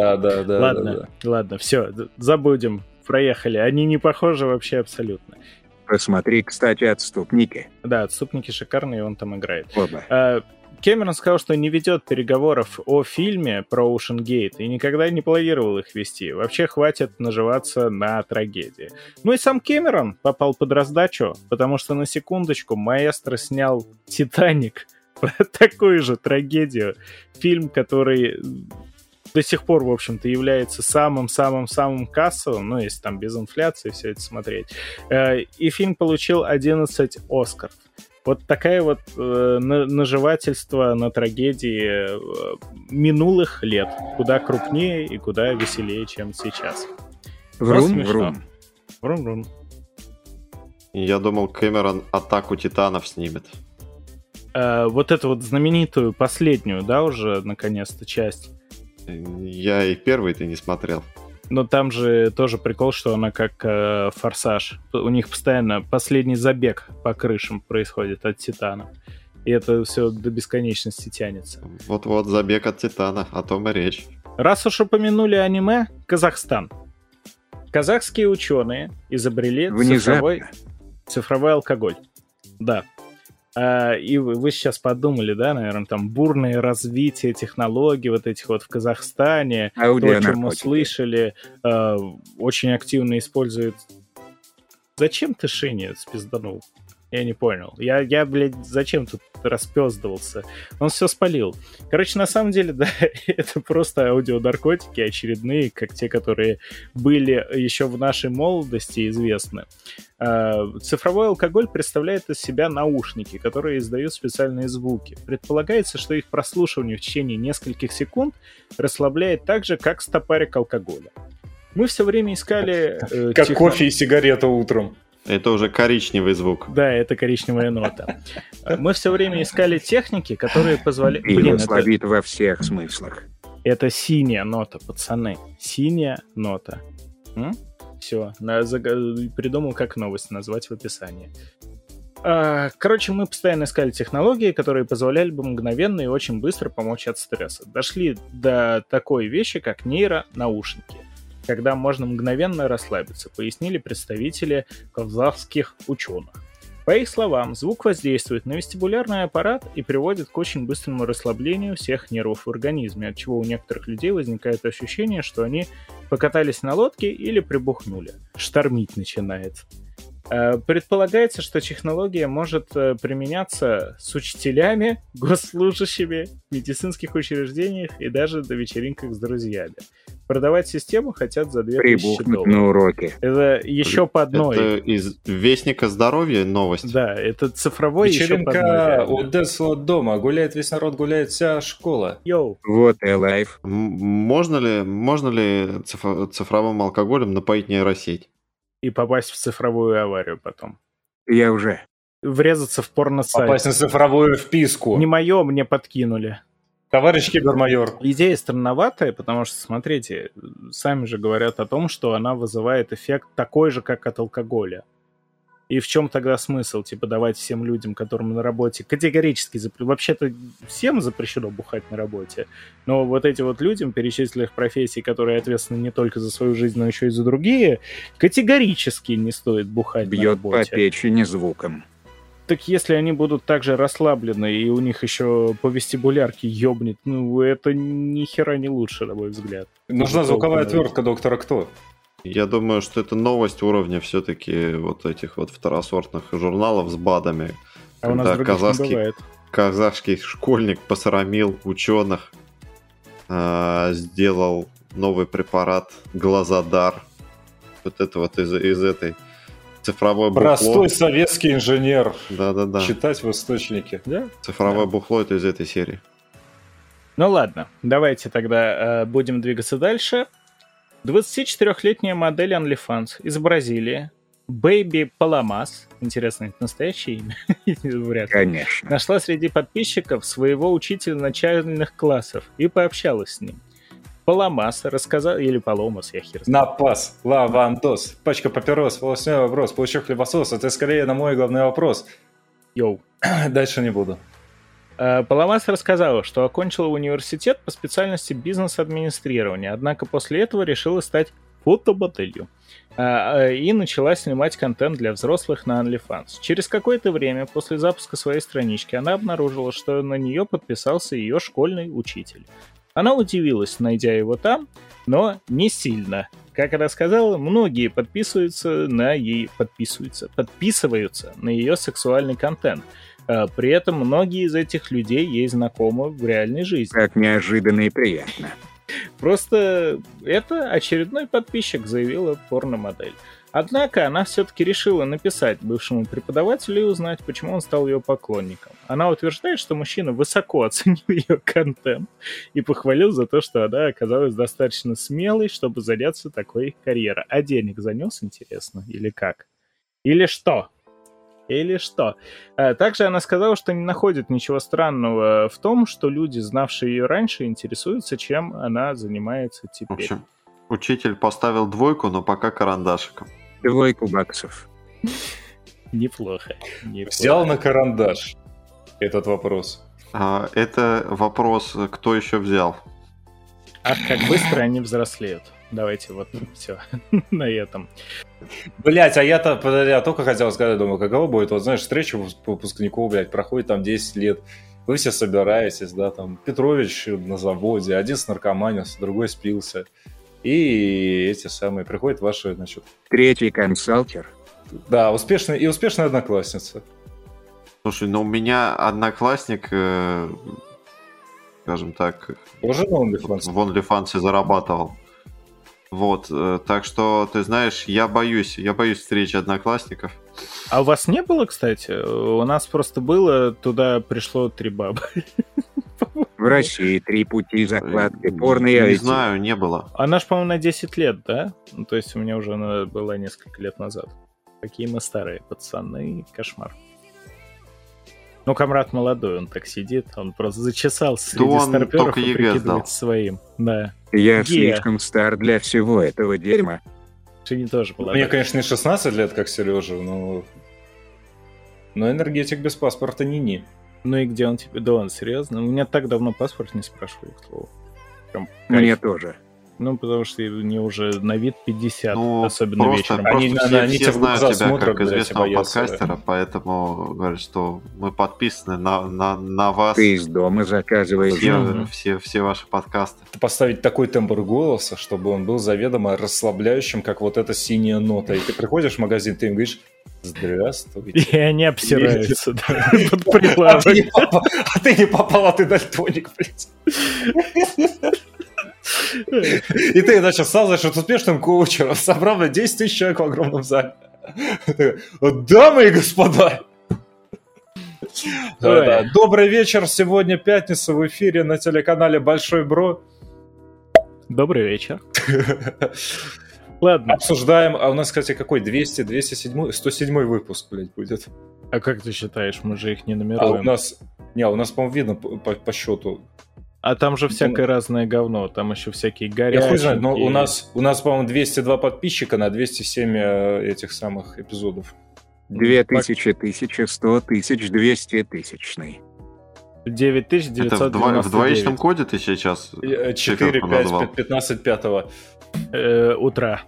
да. Ладно, все, забудем. Проехали. Они не похожи вообще абсолютно. Посмотри, кстати, «Отступники». Да, «Отступники» шикарные, он там играет. Оба. Кэмерон сказал, что не ведет переговоров о фильме про Ocean Gate и никогда не планировал их вести. Вообще хватит наживаться на трагедии. Ну и сам Кэмерон попал под раздачу, потому что, на секундочку, маэстро снял «Титаник» про такую же трагедию. Фильм, который до сих пор, в общем-то, является самым-самым-самым кассовым, ну, если там без инфляции все это смотреть. И фильм получил 11 «Оскаров». Вот такая вот наживательство на трагедии минулых лет. Куда крупнее и куда веселее, чем сейчас. Врум-врум. Я думал, Кэмерон «Атаку титанов» снимет. Вот эту вот знаменитую последнюю, да, уже наконец-то часть. Я и первый-то не смотрел. Но там же тоже прикол, что она как «Форсаж». У них постоянно последний забег по крышам происходит от Титана. И это все до бесконечности тянется. Вот-вот, забег от Титана, о том и речь. Раз уж упомянули аниме, Казахстан. Казахские ученые изобрели цифровой алкоголь. Да. И вы сейчас подумали, да, наверное, там бурное развитие технологий вот этих вот в Казахстане, то, о чем мы слышали, очень активно используют... Зачем ты Шине спизданул? Я не понял. Я, блядь, зачем тут распёздывался? Он все спалил. Короче, на самом деле, да, это просто аудионаркотики очередные, как те, которые были еще в нашей молодости известны. Цифровой алкоголь представляет из себя наушники, которые издают специальные звуки. Предполагается, что их прослушивание в течение нескольких секунд расслабляет так же, как стопарик алкоголя. Мы все время искали... Как кофе и сигарета утром. Это уже коричневый звук. Да, это коричневая нота. Мы все время искали техники, которые позволяют... Пиво слабит во всех смыслах. Это синяя нота, пацаны. Синяя нота. Все, придумал, как новость назвать в описании. Короче, мы постоянно искали технологии, которые позволяли бы мгновенно и очень быстро помочь от стресса. Дошли до такой вещи, как нейронаушники, когда можно мгновенно расслабиться, пояснили представители казахских ученых. По их словам, звук воздействует на вестибулярный аппарат и приводит к очень быстрому расслаблению всех нервов в организме, от чего у некоторых людей возникает ощущение, что они покатались на лодке или прибухнули. Штормить начинает. Предполагается, что технология может применяться с учителями, госслужащими, в медицинских учреждениях и даже на вечеринках с друзьями. Продавать систему хотят за $2000. Прибухнуть на уроке. Это еще по одной. Это из Вестника здоровья новость. Да, это цифровой еще по одной. Вечеринка у Десла дома. Гуляет весь народ, гуляет вся школа. Йоу. Вот и лайф. Можно ли цифровым алкоголем напоить нейросеть? И попасть в цифровую аварию потом. Я уже. Врезаться в порно-сайт. Попасть на цифровую вписку. Не мое, мне подкинули. Товарищ кибермайор. Идея странноватая, потому что, смотрите, сами же говорят о том, что она вызывает эффект такой же, как от алкоголя. И в чем тогда смысл? Типа давать всем людям, которым на работе категорически вообще-то всем запрещено бухать на работе, но вот эти вот людям, перечисленных профессий, которые ответственны не только за свою жизнь, но еще и за другие, категорически не стоит бухать на работе. Бьет по печени звуком. Так если они будут также расслаблены, и у них еще по вестибулярке ёбнет, ну это ни хера не лучше, на мой взгляд. Нужна звуковая отвертка доктора Кто. Я думаю, что это новость уровня все-таки вот этих вот второсортных журналов с БАДами. А у нас других не бывает. Казахский школьник посрамил ученых, сделал новый препарат Глазодар. Вот это вот из этой цифровой бухло. Простой советский инженер. Да. Читать в источнике. Да? Цифровое бухло — это из этой серии. Ну ладно, давайте тогда будем двигаться дальше. 24-летняя модель OnlyFans из Бразилии, Baby Palamas, интересно, это настоящее имя? Вряд ли. Конечно. Нашла среди подписчиков своего учителя начальных классов и пообщалась с ним. Паламас рассказал, или Паломас, я хер знаю. Напас, лавандос, пачка папирос, волосной вопрос, получил хлебосос. Это скорее на мой главный вопрос. Йоу. Дальше не буду. Паламас рассказала, что окончила университет по специальности бизнес-администрирования, однако после этого решила стать фотободелью и начала снимать контент для взрослых на OnlyFans. Через какое-то время после запуска своей странички она обнаружила, что на нее подписался ее школьный учитель. Она удивилась, найдя его там, но не сильно. Как она сказала, многие подписываются на ее сексуальный контент. При этом многие из этих людей ей знакомы в реальной жизни. Как неожиданно и приятно. Просто это очередной подписчик, заявила порномодель. Однако она все-таки решила написать бывшему преподавателю и узнать, почему он стал ее поклонником. Она утверждает, что мужчина высоко оценил ее контент и похвалил за то, что она оказалась достаточно смелой, чтобы заняться такой карьерой. А денег занес, интересно, или как? Или что? Также она сказала, что не находит ничего странного в том, что люди, знавшие ее раньше, интересуются, чем она занимается теперь. В общем, учитель поставил 2, но пока карандашиком. 2 баксов. Неплохо. Взял на карандаш этот вопрос. Это вопрос, кто еще взял. Ах, как быстро они взрослеют. Давайте вот все на этом. Блять, а я только хотел сказать, думаю, каково будет, вот знаешь, встреча выпускников, блядь, проходит там 10 лет, вы все собираетесь, да, там, Петрович на заводе, один с наркоманился, другой спился, и эти самые, приходят ваши, значит... 3-й консалтер. Да, успешная одноклассница. Слушай, ну у меня одноклассник, скажем так, уже в OnlyFans зарабатывал. Вот, так что, ты знаешь, я боюсь встречи одноклассников. А у вас не было, кстати? У нас просто было, туда пришло 3 бабы. В России 3 пути закладки порно и Не IT. знаю, не было. Она ж, по-моему, на 10 лет, да? Ну, то есть у меня уже она была несколько лет назад. Какие мы старые пацаны, кошмар. Ну, комрад молодой, он так сидит, он просто зачесался среди старперов и прикидывается своим. Да. Я слишком стар для всего этого дерьма. Женя тоже была. Мне, конечно, не 16 лет, как Сережа, но энергетик без паспорта ни-ни. Ну и где он тебе? Да он, серьезно? У меня так давно паспорт не спрашивали, к слову. Мне тоже. Ну, потому что мне уже на вид 50, ну, особенно вечером. Они все знают тебя смотрят, как известного подкастера, поэтому говорят, что мы подписаны на вас. Ты из дома заказываешь. Все ваши подкасты. Поставить такой тембр голоса, чтобы он был заведомо расслабляющим, как вот эта синяя нота. И ты приходишь в магазин, ты им говоришь: здравствуйте. И они обсираются под прилавок. А ты не попал, а ты дальтоник, блядь. И ты, значит, стал, значит, успешным коучером, собрал 10 тысяч человек в огромном зале. Дамы и господа! Добрый вечер, сегодня пятница, в эфире на телеканале Большой Бро. Добрый вечер. Ладно. Обсуждаем, а у нас, кстати, какой? 200, 207, 107 выпуск, блядь, будет. А как ты считаешь, мы же их не нумеруем? У нас, по-моему, видно по счету. А там же всякое разное говно, там еще всякие горячие. Я хуй знаю, но у нас, по-моему, 202 подписчика на 207 этих самых эпизодов. 2000, 1100, 1200 тысячный. 9999. Это в двоичном коде ты сейчас 4, 5, 15, 5. Утра.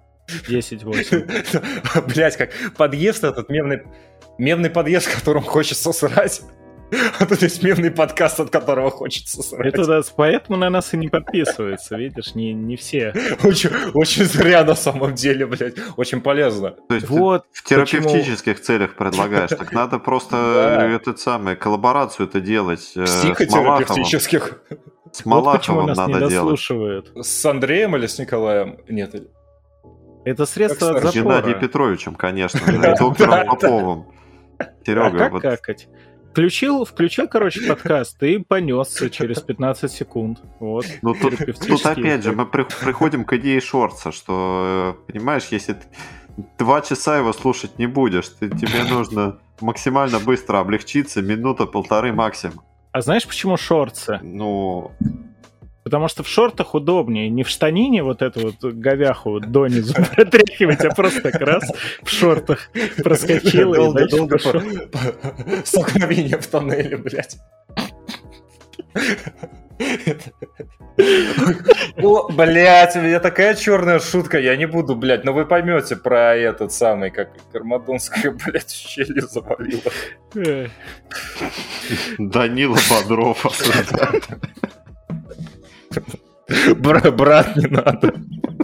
10-8. Блять, как подъезд этот, мемный подъезд, в котором хочется срать. А тут есть мемный подкаст, от которого хочется срать. Это да, поэтому на нас и не подписываются, видишь, не все. Очень зря на самом деле, блядь. Очень полезно. То есть вот в терапевтических целях предлагаешь. Так надо просто коллаборацию это делать с психотерапевтических. С Малаховым надо делать. С Андреем или с Николаем? Нет. Это средство от запора. Геннадием Петровичем, конечно. Доктором Поповым. Серега, как какать? Включил, короче, подкаст и понесся через 15 секунд. Вот. Ну, тут опять же мы приходим к идее Шорца, что, понимаешь, если ты 2 часа его слушать не будешь, тебе нужно максимально быстро облегчиться, 1-1.5 минуты максимум. А знаешь, почему шорцы? Ну... Потому что в шортах удобнее. Не в штанине вот эту вот говяху донизу протряхивать, а просто так раз в шортах проскочил и дальше пошел. Столкновение в тоннеле, блядь. О, блядь, у меня такая черная шутка, я не буду, блядь, но вы поймете про этот самый, как Кармадонская, блядь, щелью завалила. Данила Бодров. Брат, не надо.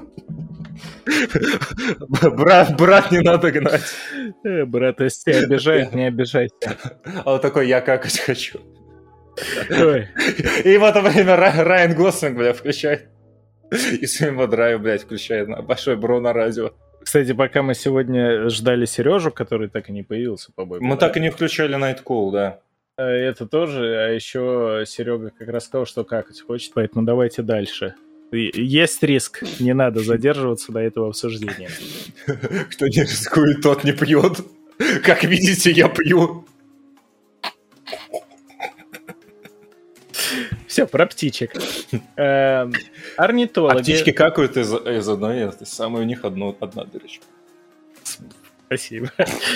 Брат, не надо гнать. Брат, если тебя обижает, не обижайся. А вот такой, я какать хочу. И в это время Райан Гослинг, блядь, включает. И своего драйва, блядь, включает на Большой Бро на радио. Кстати, пока мы сегодня ждали Сережу, который так и не появился, по-моему. Мы так и не включали Night Call, да. Это тоже, а еще Серега как раз сказал, что какать хочет, поэтому давайте дальше. Есть риск, не надо задерживаться до этого обсуждения. Кто не рискует, тот не пьет. Как видите, я пью. Все, про птичек. Орнитологи... А птички какают из одной, этой самой, у них одна дырочка. Спасибо.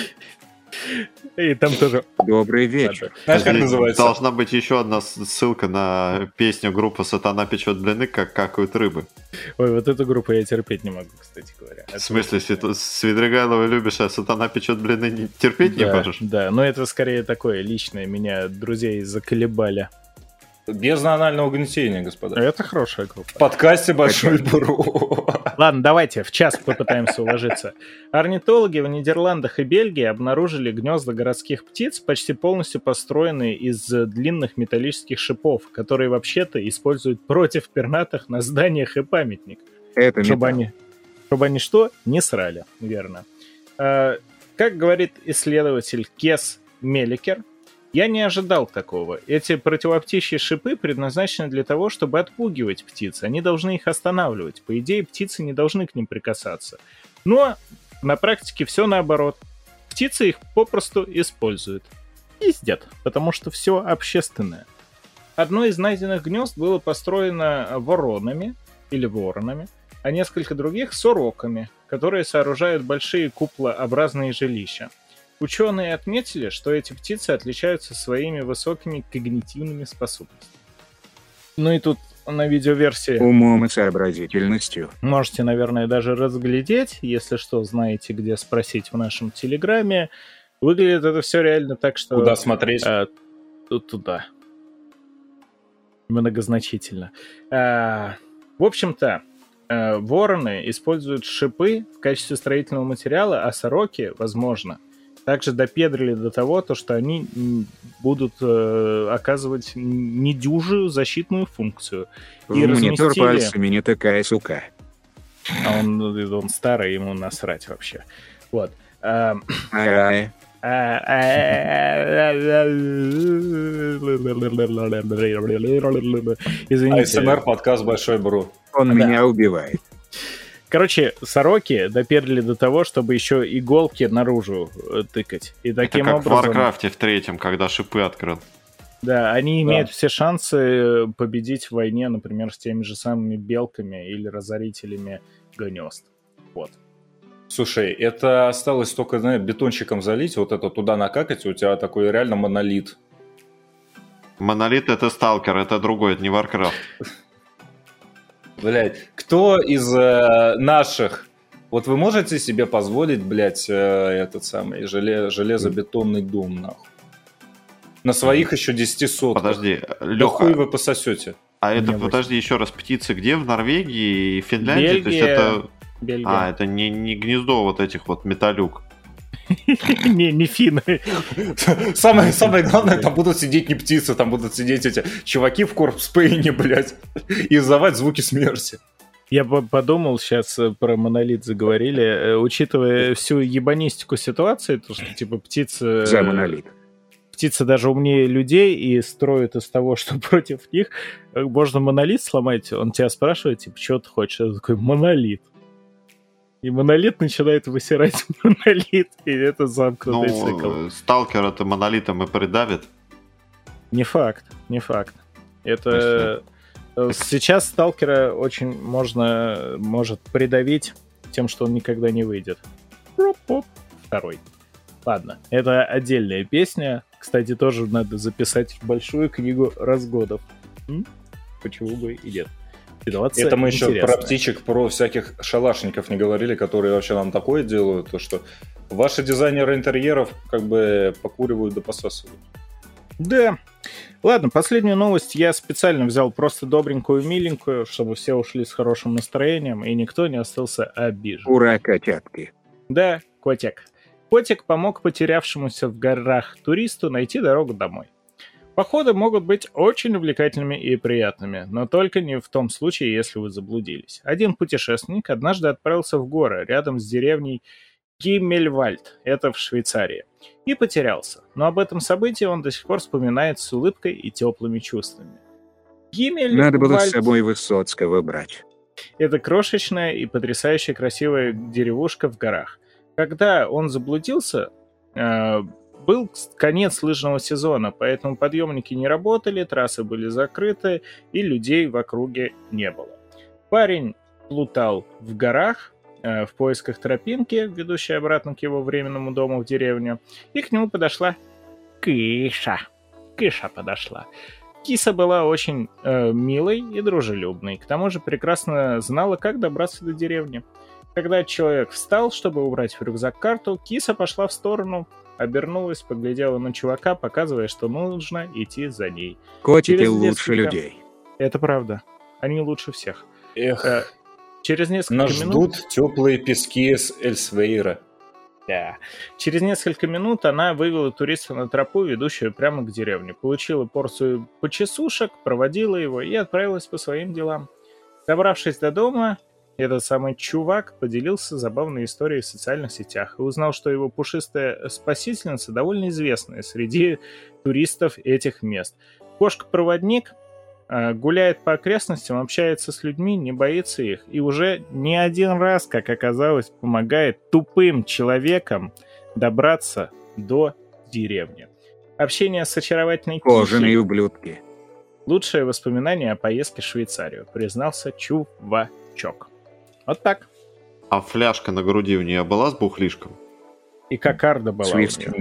И там тоже... Добрый вечер. Знаешь, как называется? Должна быть еще одна ссылка на песню группы «Сатана печет блины, как какают рыбы». Ой, вот эту группу я терпеть не могу, кстати говоря. В смысле, Свидригайлова любишь, а «Сатана печет блины» терпеть не можешь? Да, но это скорее такое личное. Меня друзей заколебали. Без анального угнетения, господа. Это хорошая группа. В подкасте Большой Бро. Ладно, давайте в час попытаемся уложиться. Орнитологи в Нидерландах и Бельгии обнаружили гнезда городских птиц, почти полностью построенные из длинных металлических шипов, которые вообще-то используют против пернатых на зданиях и памятниках. Это чтобы они что? Не срали, верно. Как говорит исследователь Кес Меликер, я не ожидал такого. Эти противоптичьи шипы предназначены для того, чтобы отпугивать птиц. Они должны их останавливать. По идее, птицы не должны к ним прикасаться. Но на практике все наоборот. Птицы их попросту используют. Пиздят, потому что все общественное. Одно из найденных гнезд было построено воронами, или воронами, а несколько других — сороками, которые сооружают большие куполообразные жилища. Ученые отметили, что эти птицы отличаются своими высокими когнитивными способностями. Ну и тут на видеоверсии... Умом и сообразительностью. Можете, наверное, даже разглядеть, если что, знаете, где спросить в нашем Телеграме. Выглядит это все реально так, что... Куда смотреть? Туда. Многозначительно. В общем-то, вороны используют шипы в качестве строительного материала, а сороки, возможно, Также допедрили до того, что они будут оказывать недюжую защитную функцию. В монитор пальцами не такая сука. А он старый, ему насрать вообще. Вот. Извините. АСМР подкаст Большой Бру. Он меня убивает. Короче, сороки доперли до того, чтобы еще иголки наружу тыкать. И таким это как образом... в Варкрафте в 3, когда шипы открыл. Да, они имеют все шансы победить в войне, например, с теми же самыми белками или разорителями гнезд. Вот. Слушай, это осталось только, знаешь, бетончиком залить, вот это туда накакать, у тебя такой реально монолит. Монолит — это сталкер, это другой, это не Варкрафт. Блять, кто из наших... Вот вы можете себе позволить, блядь, этот самый железобетонный дом, нахуй? На своих еще 10 сотках. Подожди, да хуй вы пососете. А это, подожди, еще раз, птицы где? В Норвегии и Финляндии? Бельгия. То есть это... Бельгия. А, это не гнездо вот этих вот металюк. Не финны. Самое главное, там будут сидеть не птицы, там будут сидеть эти чуваки в корпс-пейне, блядь, и издавать звуки смерти. Я подумал, сейчас про монолит заговорили, учитывая всю ебанистику ситуации, то, что, типа, птицы... За монолит. Птицы даже умнее людей и строят из того, что против них можно монолит сломать. Он тебя спрашивает, типа, что ты хочешь? Я такой, монолит. И монолит начинает высирать монолит, и это замкнутый цикл. Сталкер это монолитом и придавит? Не факт. Это... Сейчас сталкера очень может придавить тем, что он никогда не выйдет. Второй. Ладно, это отдельная песня. Кстати, тоже надо записать в большую книгу разгодов. Почему бы и нет. Ситуация это мы интересная. еще про птичек, про всяких шалашников не говорили, которые вообще нам такое делают, то что ваши дизайнеры интерьеров как бы покуривают да посасывают. Да. Ладно, последнюю новость я специально взял просто добренькую, миленькую, чтобы все ушли с хорошим настроением, и никто не остался обижен. Ура, котятки. Да, котик. Котик помог потерявшемуся в горах туристу найти дорогу домой. Походы могут быть очень увлекательными и приятными, но только не в том случае, если вы заблудились. Один путешественник однажды отправился в горы рядом с деревней Гиммельвальд, это в Швейцарии, и потерялся. Но об этом событии он до сих пор вспоминает с улыбкой и теплыми чувствами. Гиммельвальд... Надо было с собой Высоцкого брать. Это крошечная и потрясающе красивая деревушка в горах. Когда он заблудился... Был конец лыжного сезона, поэтому подъемники не работали, трассы были закрыты, и людей в округе не было. Парень плутал в горах в поисках тропинки, ведущей обратно к его временному дому в деревню, и к нему подошла Киша. Киша подошла. Киса была очень милой и дружелюбной, к тому же прекрасно знала, как добраться до деревни. Когда человек встал, чтобы убрать в рюкзак карту, Киса пошла в сторону, обернулась, поглядела на чувака, показывая, что нужно идти за ней. Котики лучше людей. Это правда. Они лучше всех. Эх, через несколько нас минут... ждут теплые пески с Эльсвейра. Да. Через несколько минут она вывела туриста на тропу, ведущую прямо к деревне. Получила порцию почесушек, проводила его и отправилась по своим делам. Добравшись до дома... Этот самый чувак поделился забавной историей в социальных сетях и узнал, что его пушистая спасительница довольно известная среди туристов этих мест. Кошка-проводник гуляет по окрестностям, общается с людьми, не боится их и уже не один раз, как оказалось, помогает тупым человекам добраться до деревни. Общение с очаровательной Кожаные ублюдки. Лучшее воспоминание о поездке в Швейцарию, признался чувачок. Вот так. А фляжка на груди у нее была с бухлишком? И кокарда была.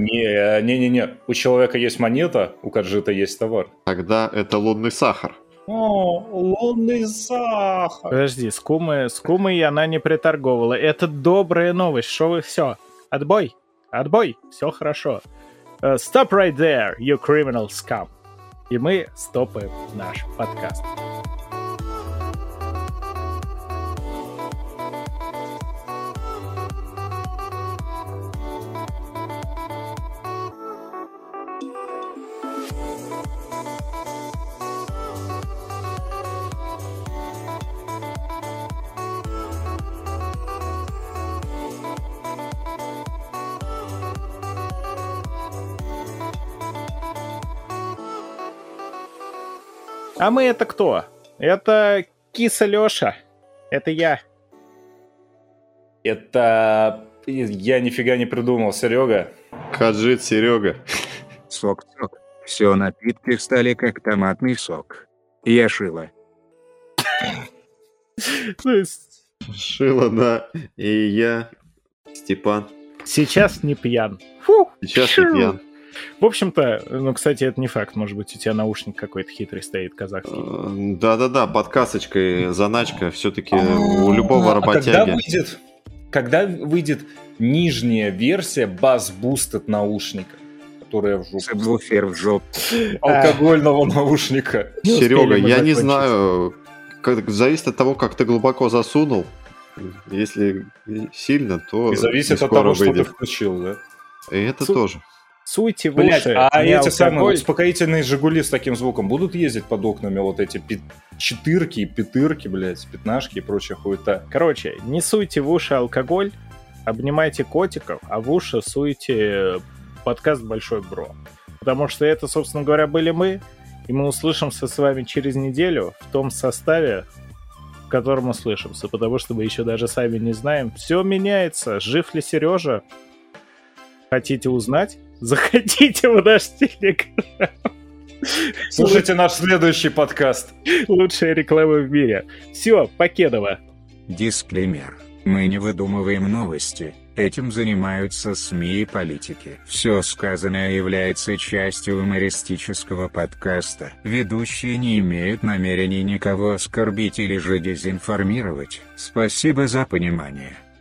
Не. У человека есть монета, у Каджита есть товар. Тогда это лунный сахар. О, лунный сахар. Подожди, с кумой она не приторговала. Это добрая новость. Шо вы все? Отбой. Все хорошо. Stop right there, you criminal scum. И мы стопаем наш подкаст. А мы это кто? Это киса Лёша. Это я. Это... Я нифига не придумал, Серега. Хаджит Серега. Сок-сок. Все напитки стали как томатный сок. Я Шила. Шила, да. И я, Степан. Сейчас не пьян. Фу. Сейчас не пьян. В общем-то, ну, кстати, это не факт. Может быть, у тебя наушник какой-то хитрый стоит, казахский. Да-да-да, под касочкой заначка. Все-таки у любого работяги. Когда выйдет нижняя версия бас-бустед наушника, которая в жопу? Сабвуфер в жопу. Алкогольного наушника. Серега, я не знаю, зависит от того, как ты глубоко засунул. Если сильно, то и зависит от того, что ты включил, да? И это тоже. Суйте в уши. А эти самые успокоительные «Жигули» с таким звуком будут ездить под окнами, вот эти четырки и пятырки, блядь, пятнашки и прочая хуета? Короче, не суйте в уши алкоголь, обнимайте котиков, а в уши суйте подкаст «Большой Бро». Потому что это, собственно говоря, были мы, и мы услышимся с вами через неделю в том составе, в котором услышимся, потому что мы еще даже сами не знаем. Все меняется. Жив ли Сережа? Хотите узнать? Заходите в наш телеграм. Слушайте наш следующий подкаст. Лучшая реклама в мире. Все, покедово. Дисклеймер. Мы не выдумываем новости. Этим занимаются СМИ и политики. Все сказанное является частью юмористического подкаста. Ведущие не имеют намерений никого оскорбить или же дезинформировать. Спасибо за понимание.